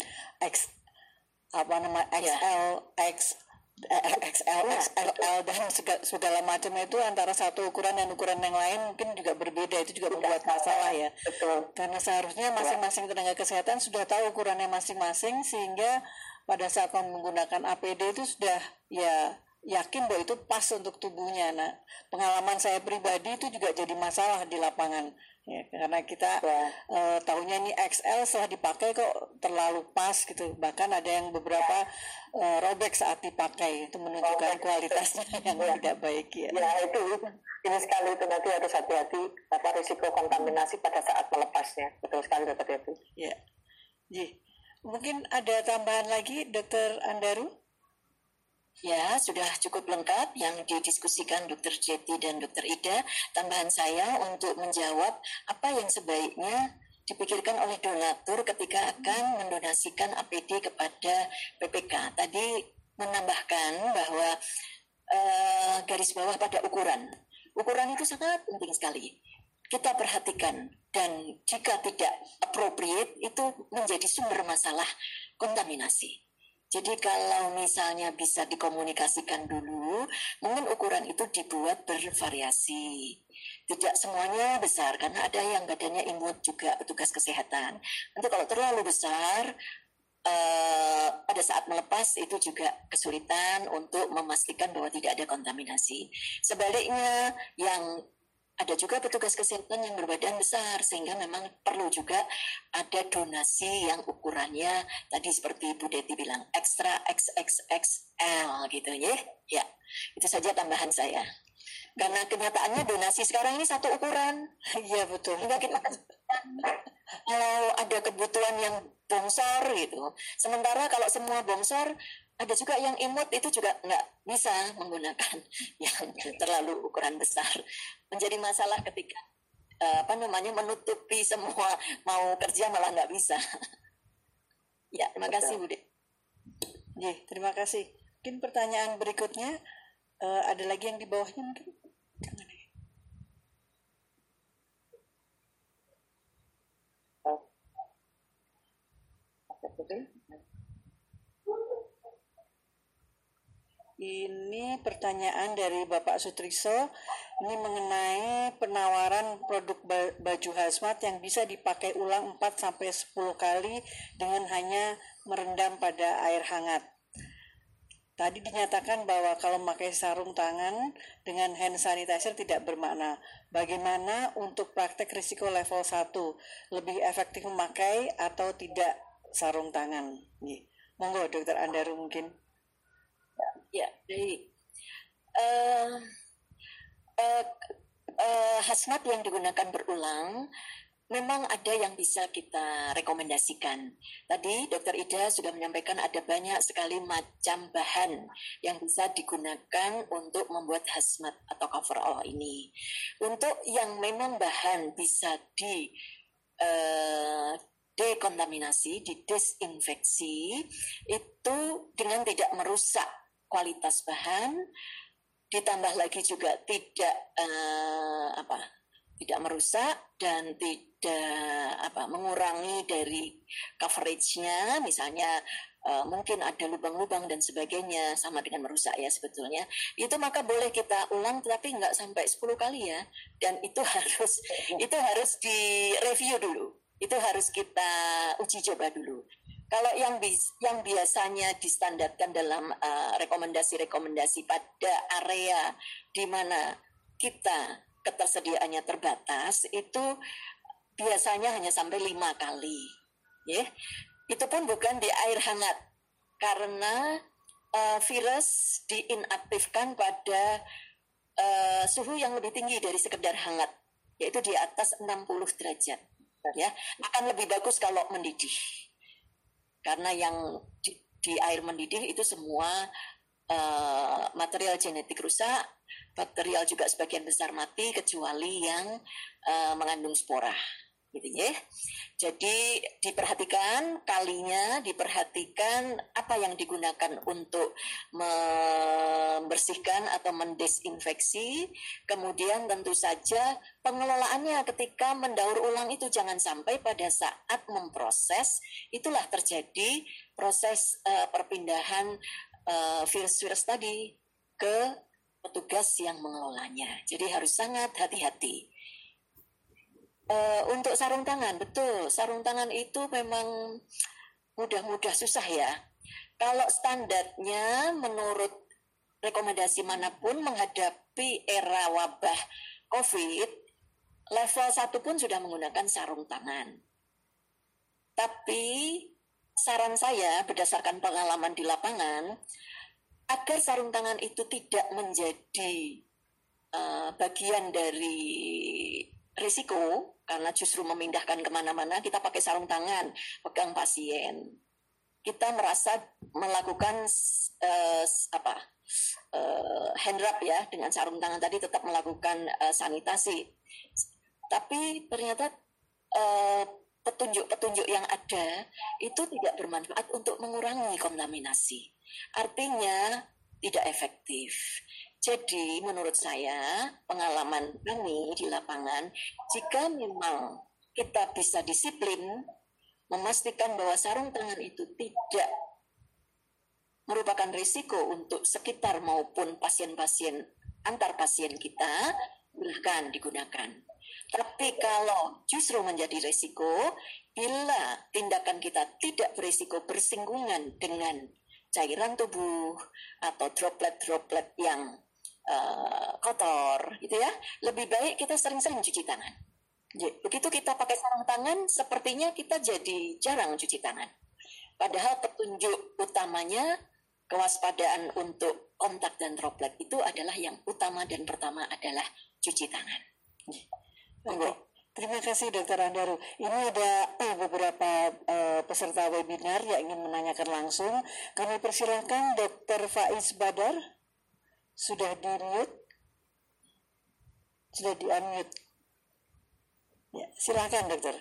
XL, XLL dan segala macam itu antara satu ukuran dan ukuran yang lain mungkin juga berbeda, itu juga membuat masalah ya. Betul. Karena seharusnya masing-masing tenaga kesehatan sudah tahu ukurannya masing-masing sehingga pada saat menggunakan APD itu sudah yakin bahwa itu pas untuk tubuhnya. Nah, pengalaman saya pribadi itu juga jadi masalah di lapangan. Ya, karena kita tahunya ini XL setelah dipakai kok terlalu pas gitu. Bahkan ada yang beberapa robek saat dipakai, itu menunjukkan kualitasnya yang tidak baik ya. Ya itu ini sekali itu nanti harus hati-hati risiko kontaminasi pada saat melepasnya. Betul sekali Dr. Devi. Ya. Mungkin ada tambahan lagi Dr. Andaru? Ya, sudah cukup lengkap yang didiskusikan Dr. Jeti dan Dr. Ida. Tambahan saya untuk menjawab apa yang sebaiknya dipikirkan oleh donatur ketika akan mendonasikan APD kepada PPK. Tadi menambahkan bahwa garis bawah pada ukuran. Ukuran itu sangat penting sekali. Kita perhatikan, dan jika tidak appropriate itu menjadi sumber masalah kontaminasi. Jadi kalau misalnya bisa dikomunikasikan dulu, mungkin ukuran itu dibuat bervariasi. Tidak semuanya besar, karena ada yang badannya imut juga petugas kesehatan. Nanti kalau terlalu besar, pada saat melepas itu juga kesulitan untuk memastikan bahwa tidak ada kontaminasi. Sebaliknya, yang ada juga petugas kesehatan yang berbadan besar sehingga memang perlu juga ada donasi yang ukurannya tadi seperti Bu Deti bilang ekstra XXXL gitu ya. Ya, itu saja tambahan saya. Karena kenyataannya donasi sekarang ini satu ukuran. Iya betul. Hingga kita kalau ada kebutuhan yang bongsor gitu. Sementara kalau semua bongsor, ada juga yang imut itu juga nggak bisa menggunakan yang terlalu ukuran besar. Menjadi masalah ketika menutupi semua, mau kerja malah nggak bisa. Ya, terima kasih Bu De. Ya, terima kasih. Mungkin pertanyaan berikutnya ada lagi yang di bawahnya mungkin. Jangan. Ini pertanyaan dari Bapak Sutriso. Ini mengenai penawaran produk baju hazmat yang bisa dipakai ulang 4-10 kali dengan hanya merendam pada air hangat. Tadi dinyatakan bahwa kalau memakai sarung tangan dengan hand sanitizer tidak bermakna. Bagaimana untuk praktek risiko level 1? Lebih efektif memakai atau tidak sarung tangan? Monggo Dr. Andaru mungkin. Ya, baik. Hazmat yang digunakan berulang memang ada yang bisa kita rekomendasikan. Tadi Dr. Ida sudah menyampaikan ada banyak sekali macam bahan yang bisa digunakan untuk membuat hazmat atau coverall ini. Untuk yang memang bahan bisa dekontaminasi, didesinfeksi, itu dengan tidak merusak kualitas bahan, ditambah lagi juga tidak merusak dan tidak mengurangi dari coveragenya, misalnya mungkin ada lubang-lubang dan sebagainya, sama dengan merusak ya sebetulnya. Itu maka boleh kita ulang, tapi nggak sampai 10 kali ya, dan itu harus direview dulu, itu harus kita uji coba dulu. Kalau yang biasanya distandarkan dalam rekomendasi-rekomendasi pada area di mana kita ketersediaannya terbatas, itu biasanya hanya sampai 5 kali. Ya. Itu pun bukan di air hangat, karena virus diinaktifkan pada suhu yang lebih tinggi dari sekedar hangat, yaitu di atas 60 derajat. Ya, akan lebih bagus kalau mendidih, karena yang di air mendidih itu semua material genetik rusak, bakterial juga sebagian besar mati, kecuali yang mengandung spora. Gitu ya. Jadi diperhatikan kalinya, diperhatikan apa yang digunakan untuk membersihkan atau mendesinfeksi. Kemudian tentu saja pengelolaannya ketika mendaur ulang itu jangan sampai pada saat memproses itulah terjadi proses perpindahan virus-virus tadi ke petugas yang mengelolanya. Jadi harus sangat hati-hati. Untuk sarung tangan, betul. Sarung tangan itu memang mudah susah ya. Kalau standarnya menurut rekomendasi manapun menghadapi era wabah COVID, level 1 pun sudah menggunakan sarung tangan. Tapi saran saya berdasarkan pengalaman di lapangan, agar sarung tangan itu tidak menjadi bagian dari risiko, karena justru memindahkan kemana-mana, kita pakai sarung tangan, pegang pasien. Kita merasa melakukan hand rub ya, dengan sarung tangan tadi tetap melakukan sanitasi. Tapi ternyata petunjuk-petunjuk yang ada itu tidak bermanfaat untuk mengurangi kontaminasi. Artinya tidak efektif. Jadi menurut saya, pengalaman kami di lapangan, jika memang kita bisa disiplin, memastikan bahwa sarung tangan itu tidak merupakan risiko untuk sekitar maupun pasien-pasien, antar pasien kita, silahkan digunakan. Tapi kalau justru menjadi risiko, bila tindakan kita tidak berisiko bersinggungan dengan cairan tubuh atau droplet-droplet yang kotor gitu ya, lebih baik kita sering-sering cuci tangan. Begitu kita pakai sarung tangan, sepertinya kita jadi jarang cuci tangan. Padahal petunjuk utamanya kewaspadaan untuk kontak dan droplet itu adalah yang utama dan pertama adalah cuci tangan. Oke. Terima kasih Dr. Andaru. Ini ada beberapa peserta webinar yang ingin menanyakan langsung. Kami persilahkan Dr. Faiz Badar. Sudah di-mute? Sudah di-unmute? Ya, silakan dokter.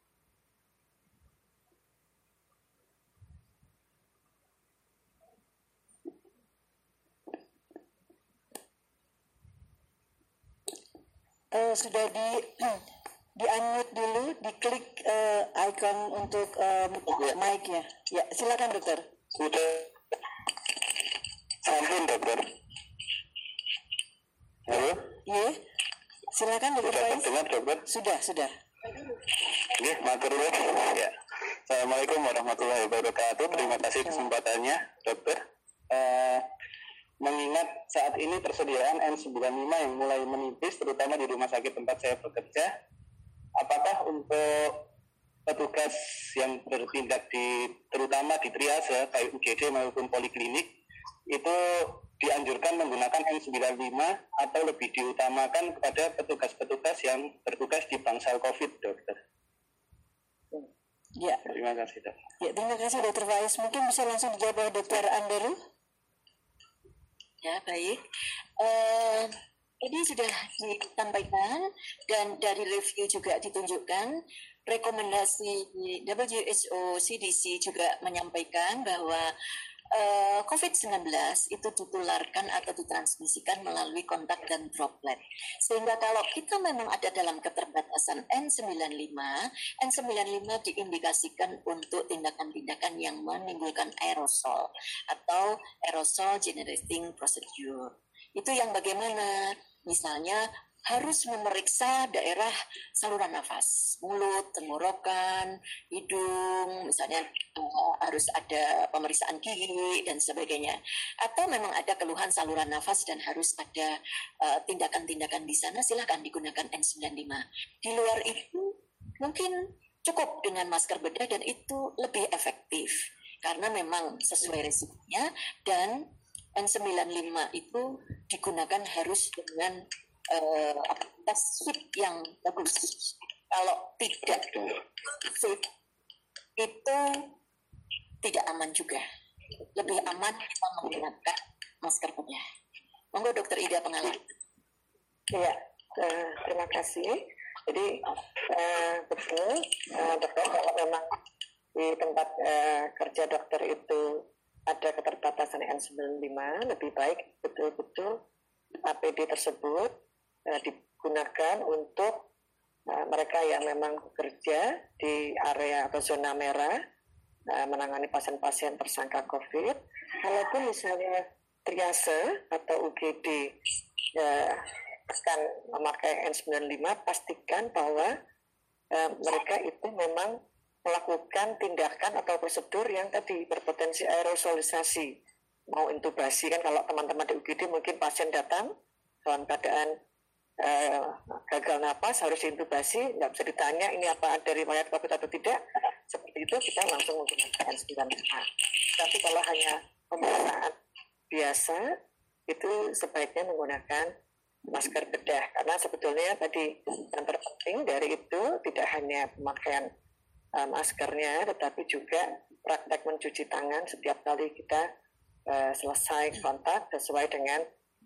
Sudah di-unmute dulu, diklik icon untuk mic-nya. Ya, silakan dokter. Sudah. Sampun dokter. Halo? Iya, silakan dokter Faiz. Dengar dokter? Sudah. Oke, matur nuwun. Ya. Assalamualaikum warahmatullahi wabarakatuh. Terima kasih kesempatannya, dokter. Mengingat saat ini persediaan N95 yang mulai menipis, terutama di rumah sakit tempat saya bekerja, apakah untuk petugas yang bertindak terutama di triase, baik UGD maupun poliklinik, itu dianjurkan menggunakan N95 atau lebih diutamakan kepada petugas-petugas yang bertugas di bangsal COVID, dokter? Ya. Terima kasih, dok. Ya, terima kasih dokter Faiz. Mungkin bisa langsung dijawab oleh dokter Andaru. Ya, baik. Ini sudah disampaikan dan dari review juga ditunjukkan. Rekomendasi WHO CDC juga menyampaikan bahwa COVID-19 itu ditularkan atau ditransmisikan melalui kontak dan droplet. Sehingga kalau kita memang ada dalam keterbatasan N95 diindikasikan untuk tindakan-tindakan yang menimbulkan aerosol atau aerosol generating procedure. Itu yang bagaimana? Misalnya harus memeriksa daerah saluran nafas, mulut, tenggorokan, hidung, misalnya harus ada pemeriksaan gigi dan sebagainya. Atau memang ada keluhan saluran nafas dan harus ada tindakan-tindakan di sana, silahkan digunakan N95. Di luar itu mungkin cukup dengan masker bedah dan itu lebih efektif karena memang sesuai resikonya, dan N95 itu digunakan harus dengan tes fit yang bagus. Kalau tidak fit itu tidak aman juga. Lebih aman kita menggunakan masker bedah. Monggo Dokter Ida pengalaman. Iya, terima kasih. Jadi betul, dokter, kalau memang di tempat kerja dokter itu ada keterbatasan N95, lebih baik betul-betul APD tersebut digunakan untuk mereka yang memang bekerja di area atau zona merah, menangani pasien-pasien tersangka COVID. Kalaupun misalnya triase atau UGD akan memakai N95, pastikan bahwa mereka itu memang melakukan tindakan atau prosedur yang tadi berpotensi aerosolisasi. Mau intubasi kan, kalau teman-teman di UGD mungkin pasien datang dalam keadaan gagal napas, harus diintubasi, nggak bisa ditanya ini apa ada riwayat COVID atau tidak. Seperti itu kita langsung menggunakan N95. Tapi kalau hanya pemeriksaan biasa, itu sebaiknya menggunakan masker bedah, karena sebetulnya tadi yang terpenting dari itu tidak hanya pemakaian maskernya, tetapi juga praktek mencuci tangan setiap kali kita selesai kontak sesuai dengan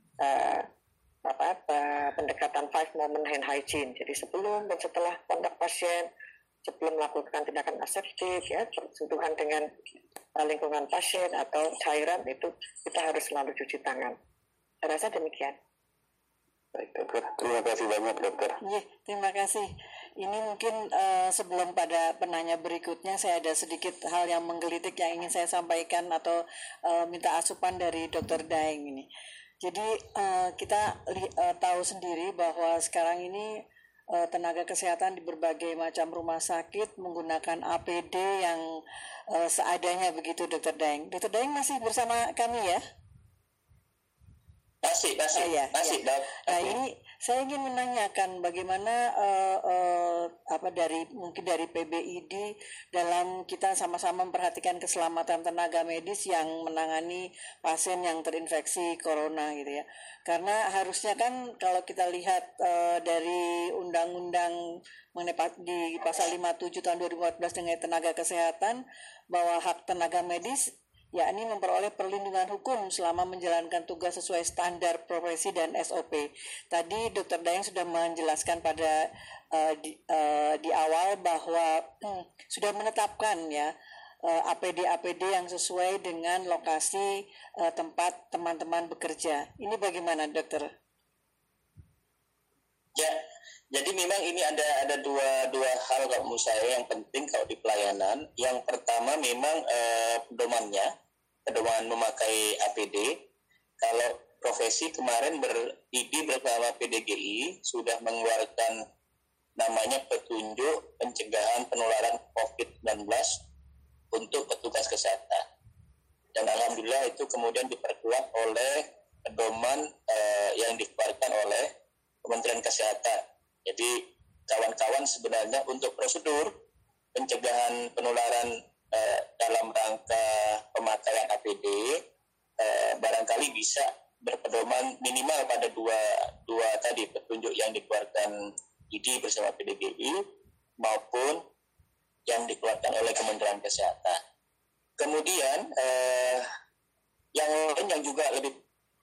pendekatan 5 moment hand hygiene. Jadi sebelum dan setelah kontak pasien, sebelum melakukan tindakan aseptik, ya, sentuhan dengan lingkungan pasien atau cairan, itu kita harus selalu cuci tangan. Saya rasa demikian. Baik dokter, terima kasih banyak dokter. Iya, terima kasih. Ini mungkin sebelum pada penanya berikutnya, saya ada sedikit hal yang menggelitik yang ingin saya sampaikan atau minta asupan dari Dr. Daeng ini. Jadi kita tahu sendiri bahwa sekarang ini tenaga kesehatan di berbagai macam rumah sakit menggunakan APD yang seadanya begitu, Dr. Daeng. Dr. Daeng masih bersama kami ya? Masih. Nah, ini saya ingin menanyakan bagaimana mungkin dari PBID dalam kita sama-sama memperhatikan keselamatan tenaga medis yang menangani pasien yang terinfeksi corona gitu ya. Karena harusnya kan kalau kita lihat dari undang-undang di pasal 57 tahun 2014 dengan tenaga kesehatan, bahwa hak tenaga medis yakni memperoleh perlindungan hukum selama menjalankan tugas sesuai standar profesi dan SOP. Tadi Dr. Daeng sudah menjelaskan pada di awal bahwa sudah menetapkan ya APD yang sesuai dengan lokasi tempat teman-teman bekerja. Ini bagaimana, Dokter? Ya, jadi memang ini ada dua hal kalau menurut saya yang penting kalau di pelayanan. Yang pertama memang pedoman memakai APD. Kalau profesi kemarin ID bersama PDGI sudah mengeluarkan namanya petunjuk pencegahan penularan COVID-19 untuk petugas kesehatan. Dan alhamdulillah itu kemudian diperkuat oleh pedoman yang dikeluarkan oleh Kementerian Kesehatan. Jadi kawan-kawan sebenarnya untuk prosedur pencegahan penularan dalam rangka pemakaian APD barangkali bisa berpedoman minimal pada dua tadi petunjuk yang dikeluarkan ID bersama PDGI maupun yang dikeluarkan oleh Kementerian Kesehatan. Kemudian yang lain yang juga lebih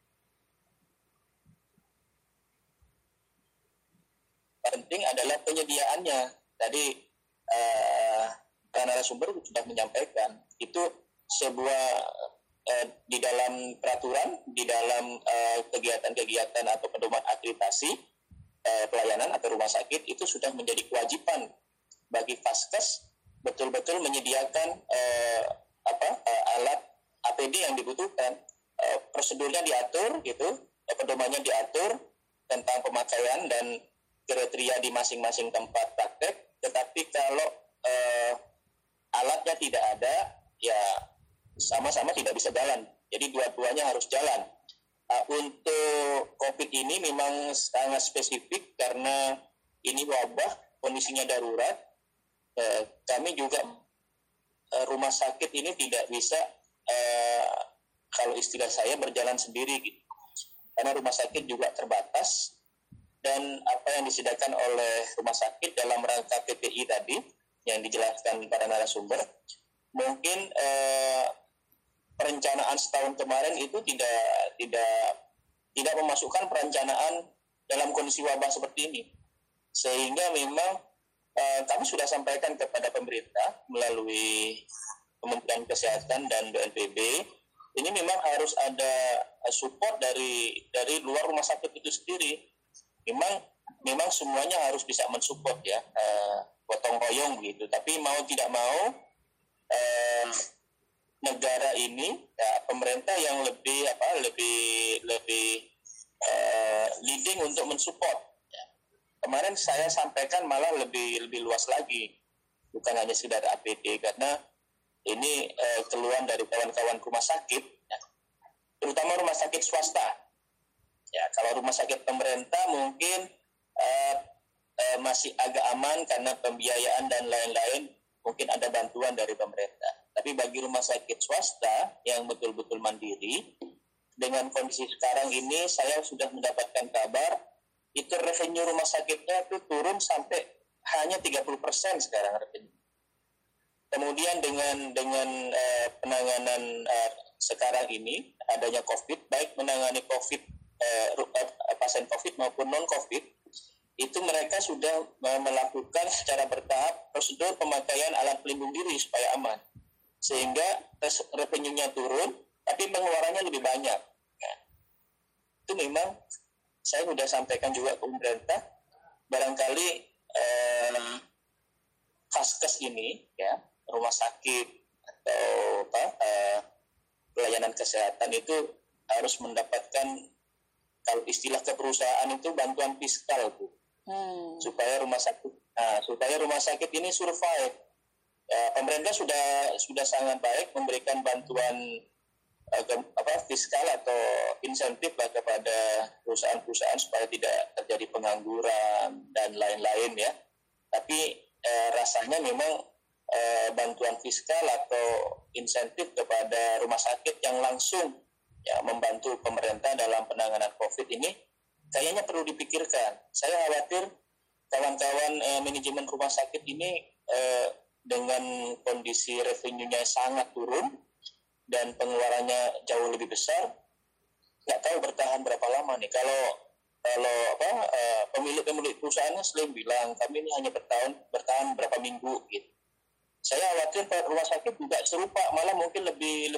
penting adalah penyediaannya. Tadi narasumber sudah menyampaikan itu sebuah di dalam peraturan, di dalam kegiatan-kegiatan atau pedoman akreditasi pelayanan atau rumah sakit itu sudah menjadi kewajiban bagi Vaskes betul-betul menyediakan alat APD yang dibutuhkan. Prosedurnya diatur gitu pedomannya diatur tentang pemakaian dan kriteria di masing-masing tempat praktek, tetapi kalau alatnya tidak ada, ya sama-sama tidak bisa jalan. Jadi dua-duanya harus jalan. Untuk COVID ini memang sangat spesifik karena ini wabah, kondisinya darurat. Kami juga rumah sakit ini tidak bisa, kalau istilah saya, berjalan sendiri gitu. Karena rumah sakit juga terbatas, dan apa yang disediakan oleh rumah sakit dalam rangka PPI tadi yang dijelaskan para narasumber, mungkin perencanaan setahun kemarin itu tidak memasukkan perencanaan dalam kondisi wabah seperti ini, sehingga memang kami sudah sampaikan kepada pemerintah melalui Kementerian Kesehatan dan BNPB, ini memang harus ada support dari luar rumah sakit itu sendiri. Memang semuanya harus bisa mensupport ya, gotong royong gitu. Tapi mau tidak mau negara ini, ya, pemerintah yang lebih leading untuk mensupport. Ya. Kemarin saya sampaikan malah lebih luas lagi, bukan hanya sekedar APD, karena ini keluhan dari kawan-kawan rumah sakit, ya, terutama rumah sakit swasta. Ya, kalau rumah sakit pemerintah mungkin masih agak aman karena pembiayaan dan lain-lain, mungkin ada bantuan dari pemerintah. Tapi bagi rumah sakit swasta yang betul-betul mandiri, dengan kondisi sekarang ini saya sudah mendapatkan kabar, itu revenue rumah sakitnya itu turun sampai hanya 30% sekarang revenue. Kemudian dengan penanganan sekarang ini, adanya COVID, baik menangani COVID, pasien COVID maupun non-COVID, itu mereka sudah melakukan secara bertahap prosedur pemakaian alat pelindung diri supaya aman. Sehingga revenue-nya turun, tapi pengeluarannya lebih banyak. Nah, itu memang saya sudah sampaikan juga ke pemerintah, barangkali Vaskes ini, ya, rumah sakit atau pelayanan kesehatan itu harus mendapatkan, kalau istilah keperusahaan itu, bantuan fiskal, Bu. Supaya rumah sakit ini survive. Pemerintah sudah sangat baik memberikan bantuan fiskal atau insentif kepada perusahaan-perusahaan supaya tidak terjadi pengangguran dan lain-lain ya. Tapi rasanya memang bantuan fiskal atau insentif kepada rumah sakit yang langsung ya membantu pemerintah dalam penanganan COVID ini kayaknya perlu dipikirkan. Saya khawatir kawan-kawan manajemen rumah sakit ini dengan kondisi revenue-nya sangat turun dan pengeluarannya jauh lebih besar, nggak tahu bertahan berapa lama nih. Kalau pemilik perusahaannya selalu bilang kami ini hanya bertahan berapa minggu gitu. Saya khawatir rumah sakit juga serupa, malah mungkin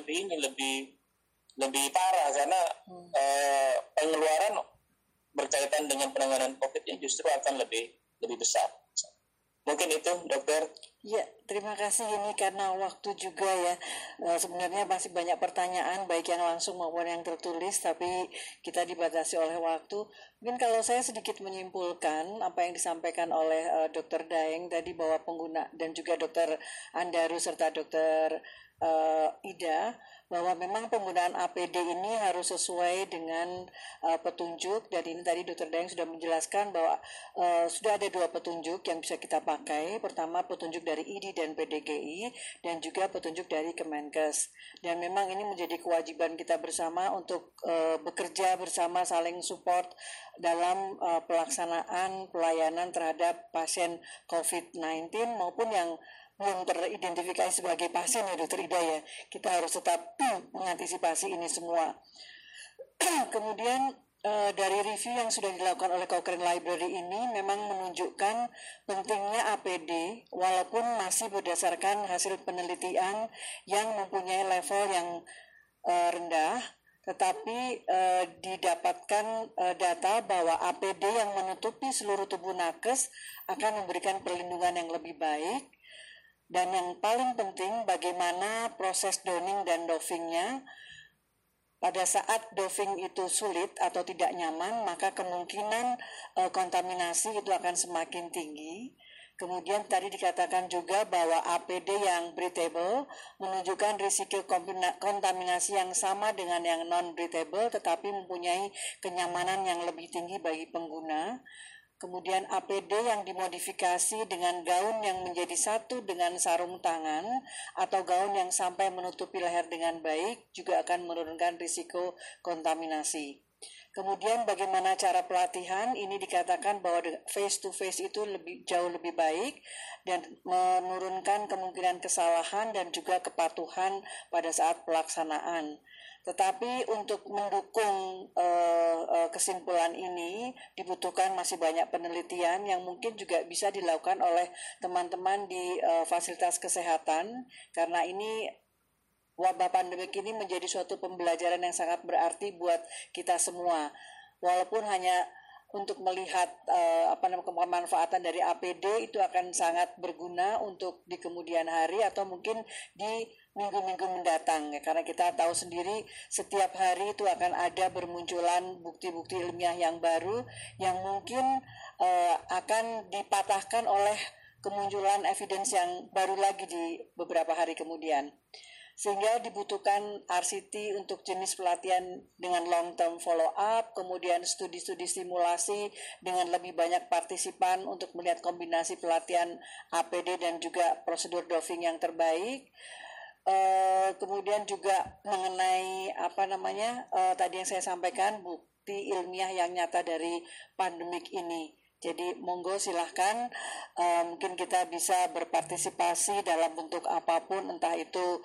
lebih parah karena pengeluaran berkaitan dengan penanganan COVID-nya justru akan lebih besar. Mungkin itu, Dokter. Ya, terima kasih. Ini karena waktu juga ya. Sebenarnya masih banyak pertanyaan, baik yang langsung maupun yang tertulis, tapi kita dibatasi oleh waktu. Mungkin kalau saya sedikit menyimpulkan apa yang disampaikan oleh Dr. Daeng tadi, bahwa pengguna dan juga Dr. Andaru serta Dr. Ida, bahwa memang penggunaan APD ini harus sesuai dengan petunjuk, dan ini tadi Dr. Daeng sudah menjelaskan bahwa sudah ada 2 petunjuk yang bisa kita pakai. Pertama, petunjuk dari ID dan PDGI, dan juga petunjuk dari Kemenkes. Dan memang ini menjadi kewajiban kita bersama untuk bekerja bersama, saling support dalam pelaksanaan pelayanan terhadap pasien COVID-19 maupun yang belum teridentifikasi sebagai pasien ya Dokter Ida ya. Kita harus tetap mengantisipasi ini semua. Kemudian dari review yang sudah dilakukan oleh Cochrane Library ini memang menunjukkan pentingnya APD walaupun masih berdasarkan hasil penelitian yang mempunyai level yang rendah, tetapi didapatkan data bahwa APD yang menutupi seluruh tubuh nakes akan memberikan perlindungan yang lebih baik. Dan yang paling penting bagaimana proses donning dan doffingnya pada saat dosing itu sulit atau tidak nyaman, maka kemungkinan kontaminasi itu akan semakin tinggi. Kemudian tadi dikatakan juga bahwa APD yang breathable menunjukkan risiko kontaminasi yang sama dengan yang non-breathable tetapi mempunyai kenyamanan yang lebih tinggi bagi pengguna. Kemudian APD yang dimodifikasi dengan gaun yang menjadi satu dengan sarung tangan atau gaun yang sampai menutupi leher dengan baik juga akan menurunkan risiko kontaminasi. Kemudian bagaimana cara pelatihan? Ini dikatakan bahwa face to face itu jauh lebih baik dan menurunkan kemungkinan kesalahan dan juga kepatuhan pada saat pelaksanaan. Tetapi untuk mendukung kesimpulan ini dibutuhkan masih banyak penelitian yang mungkin juga bisa dilakukan oleh teman-teman di fasilitas kesehatan karena ini wabah pandemik ini menjadi suatu pembelajaran yang sangat berarti buat kita semua. Walaupun hanya untuk melihat kemanfaatan dari APD itu akan sangat berguna untuk di kemudian hari atau mungkin di minggu-minggu mendatang ya, karena kita tahu sendiri setiap hari itu akan ada bermunculan bukti-bukti ilmiah yang baru yang mungkin akan dipatahkan oleh kemunculan evidence yang baru lagi di beberapa hari kemudian. Sehingga dibutuhkan RCT untuk jenis pelatihan dengan long term follow up, kemudian studi-studi simulasi dengan lebih banyak partisipan untuk melihat kombinasi pelatihan APD dan juga prosedur dosing yang terbaik. Kemudian juga mengenai tadi yang saya sampaikan bukti ilmiah yang nyata dari pandemik ini. Jadi monggo silahkan mungkin kita bisa berpartisipasi dalam bentuk apapun, entah itu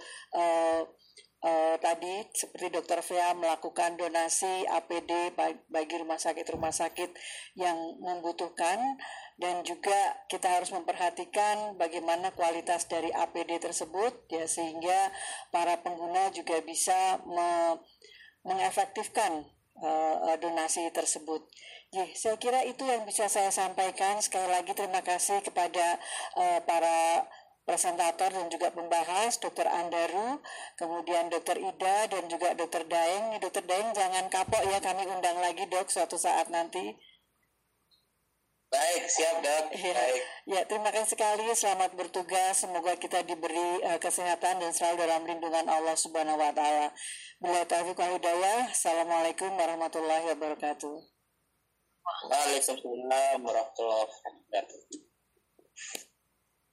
tadi seperti Dr. Fea melakukan donasi APD bagi rumah sakit yang membutuhkan, dan juga kita harus memperhatikan bagaimana kualitas dari APD tersebut ya, sehingga para pengguna juga bisa mengefektifkan donasi tersebut. Saya kira itu yang bisa saya sampaikan. Sekali lagi terima kasih kepada para presentator dan juga pembahas, Dr. Andaru, kemudian Dr. Ida dan juga Dr. Daeng. Dr. Daeng jangan kapok ya, kami undang lagi dok suatu saat nanti. Baik, siap dok. Baik. Ya, terima kasih sekali. Selamat bertugas. Semoga kita diberi kesehatan dan selalu dalam lindungan Allah Subhanahu Wa Taala. Billahi taufiq wal hidayah. Assalamualaikum warahmatullahi wabarakatuh. Waalaikumsalam warahmatullahi wabarakatuh.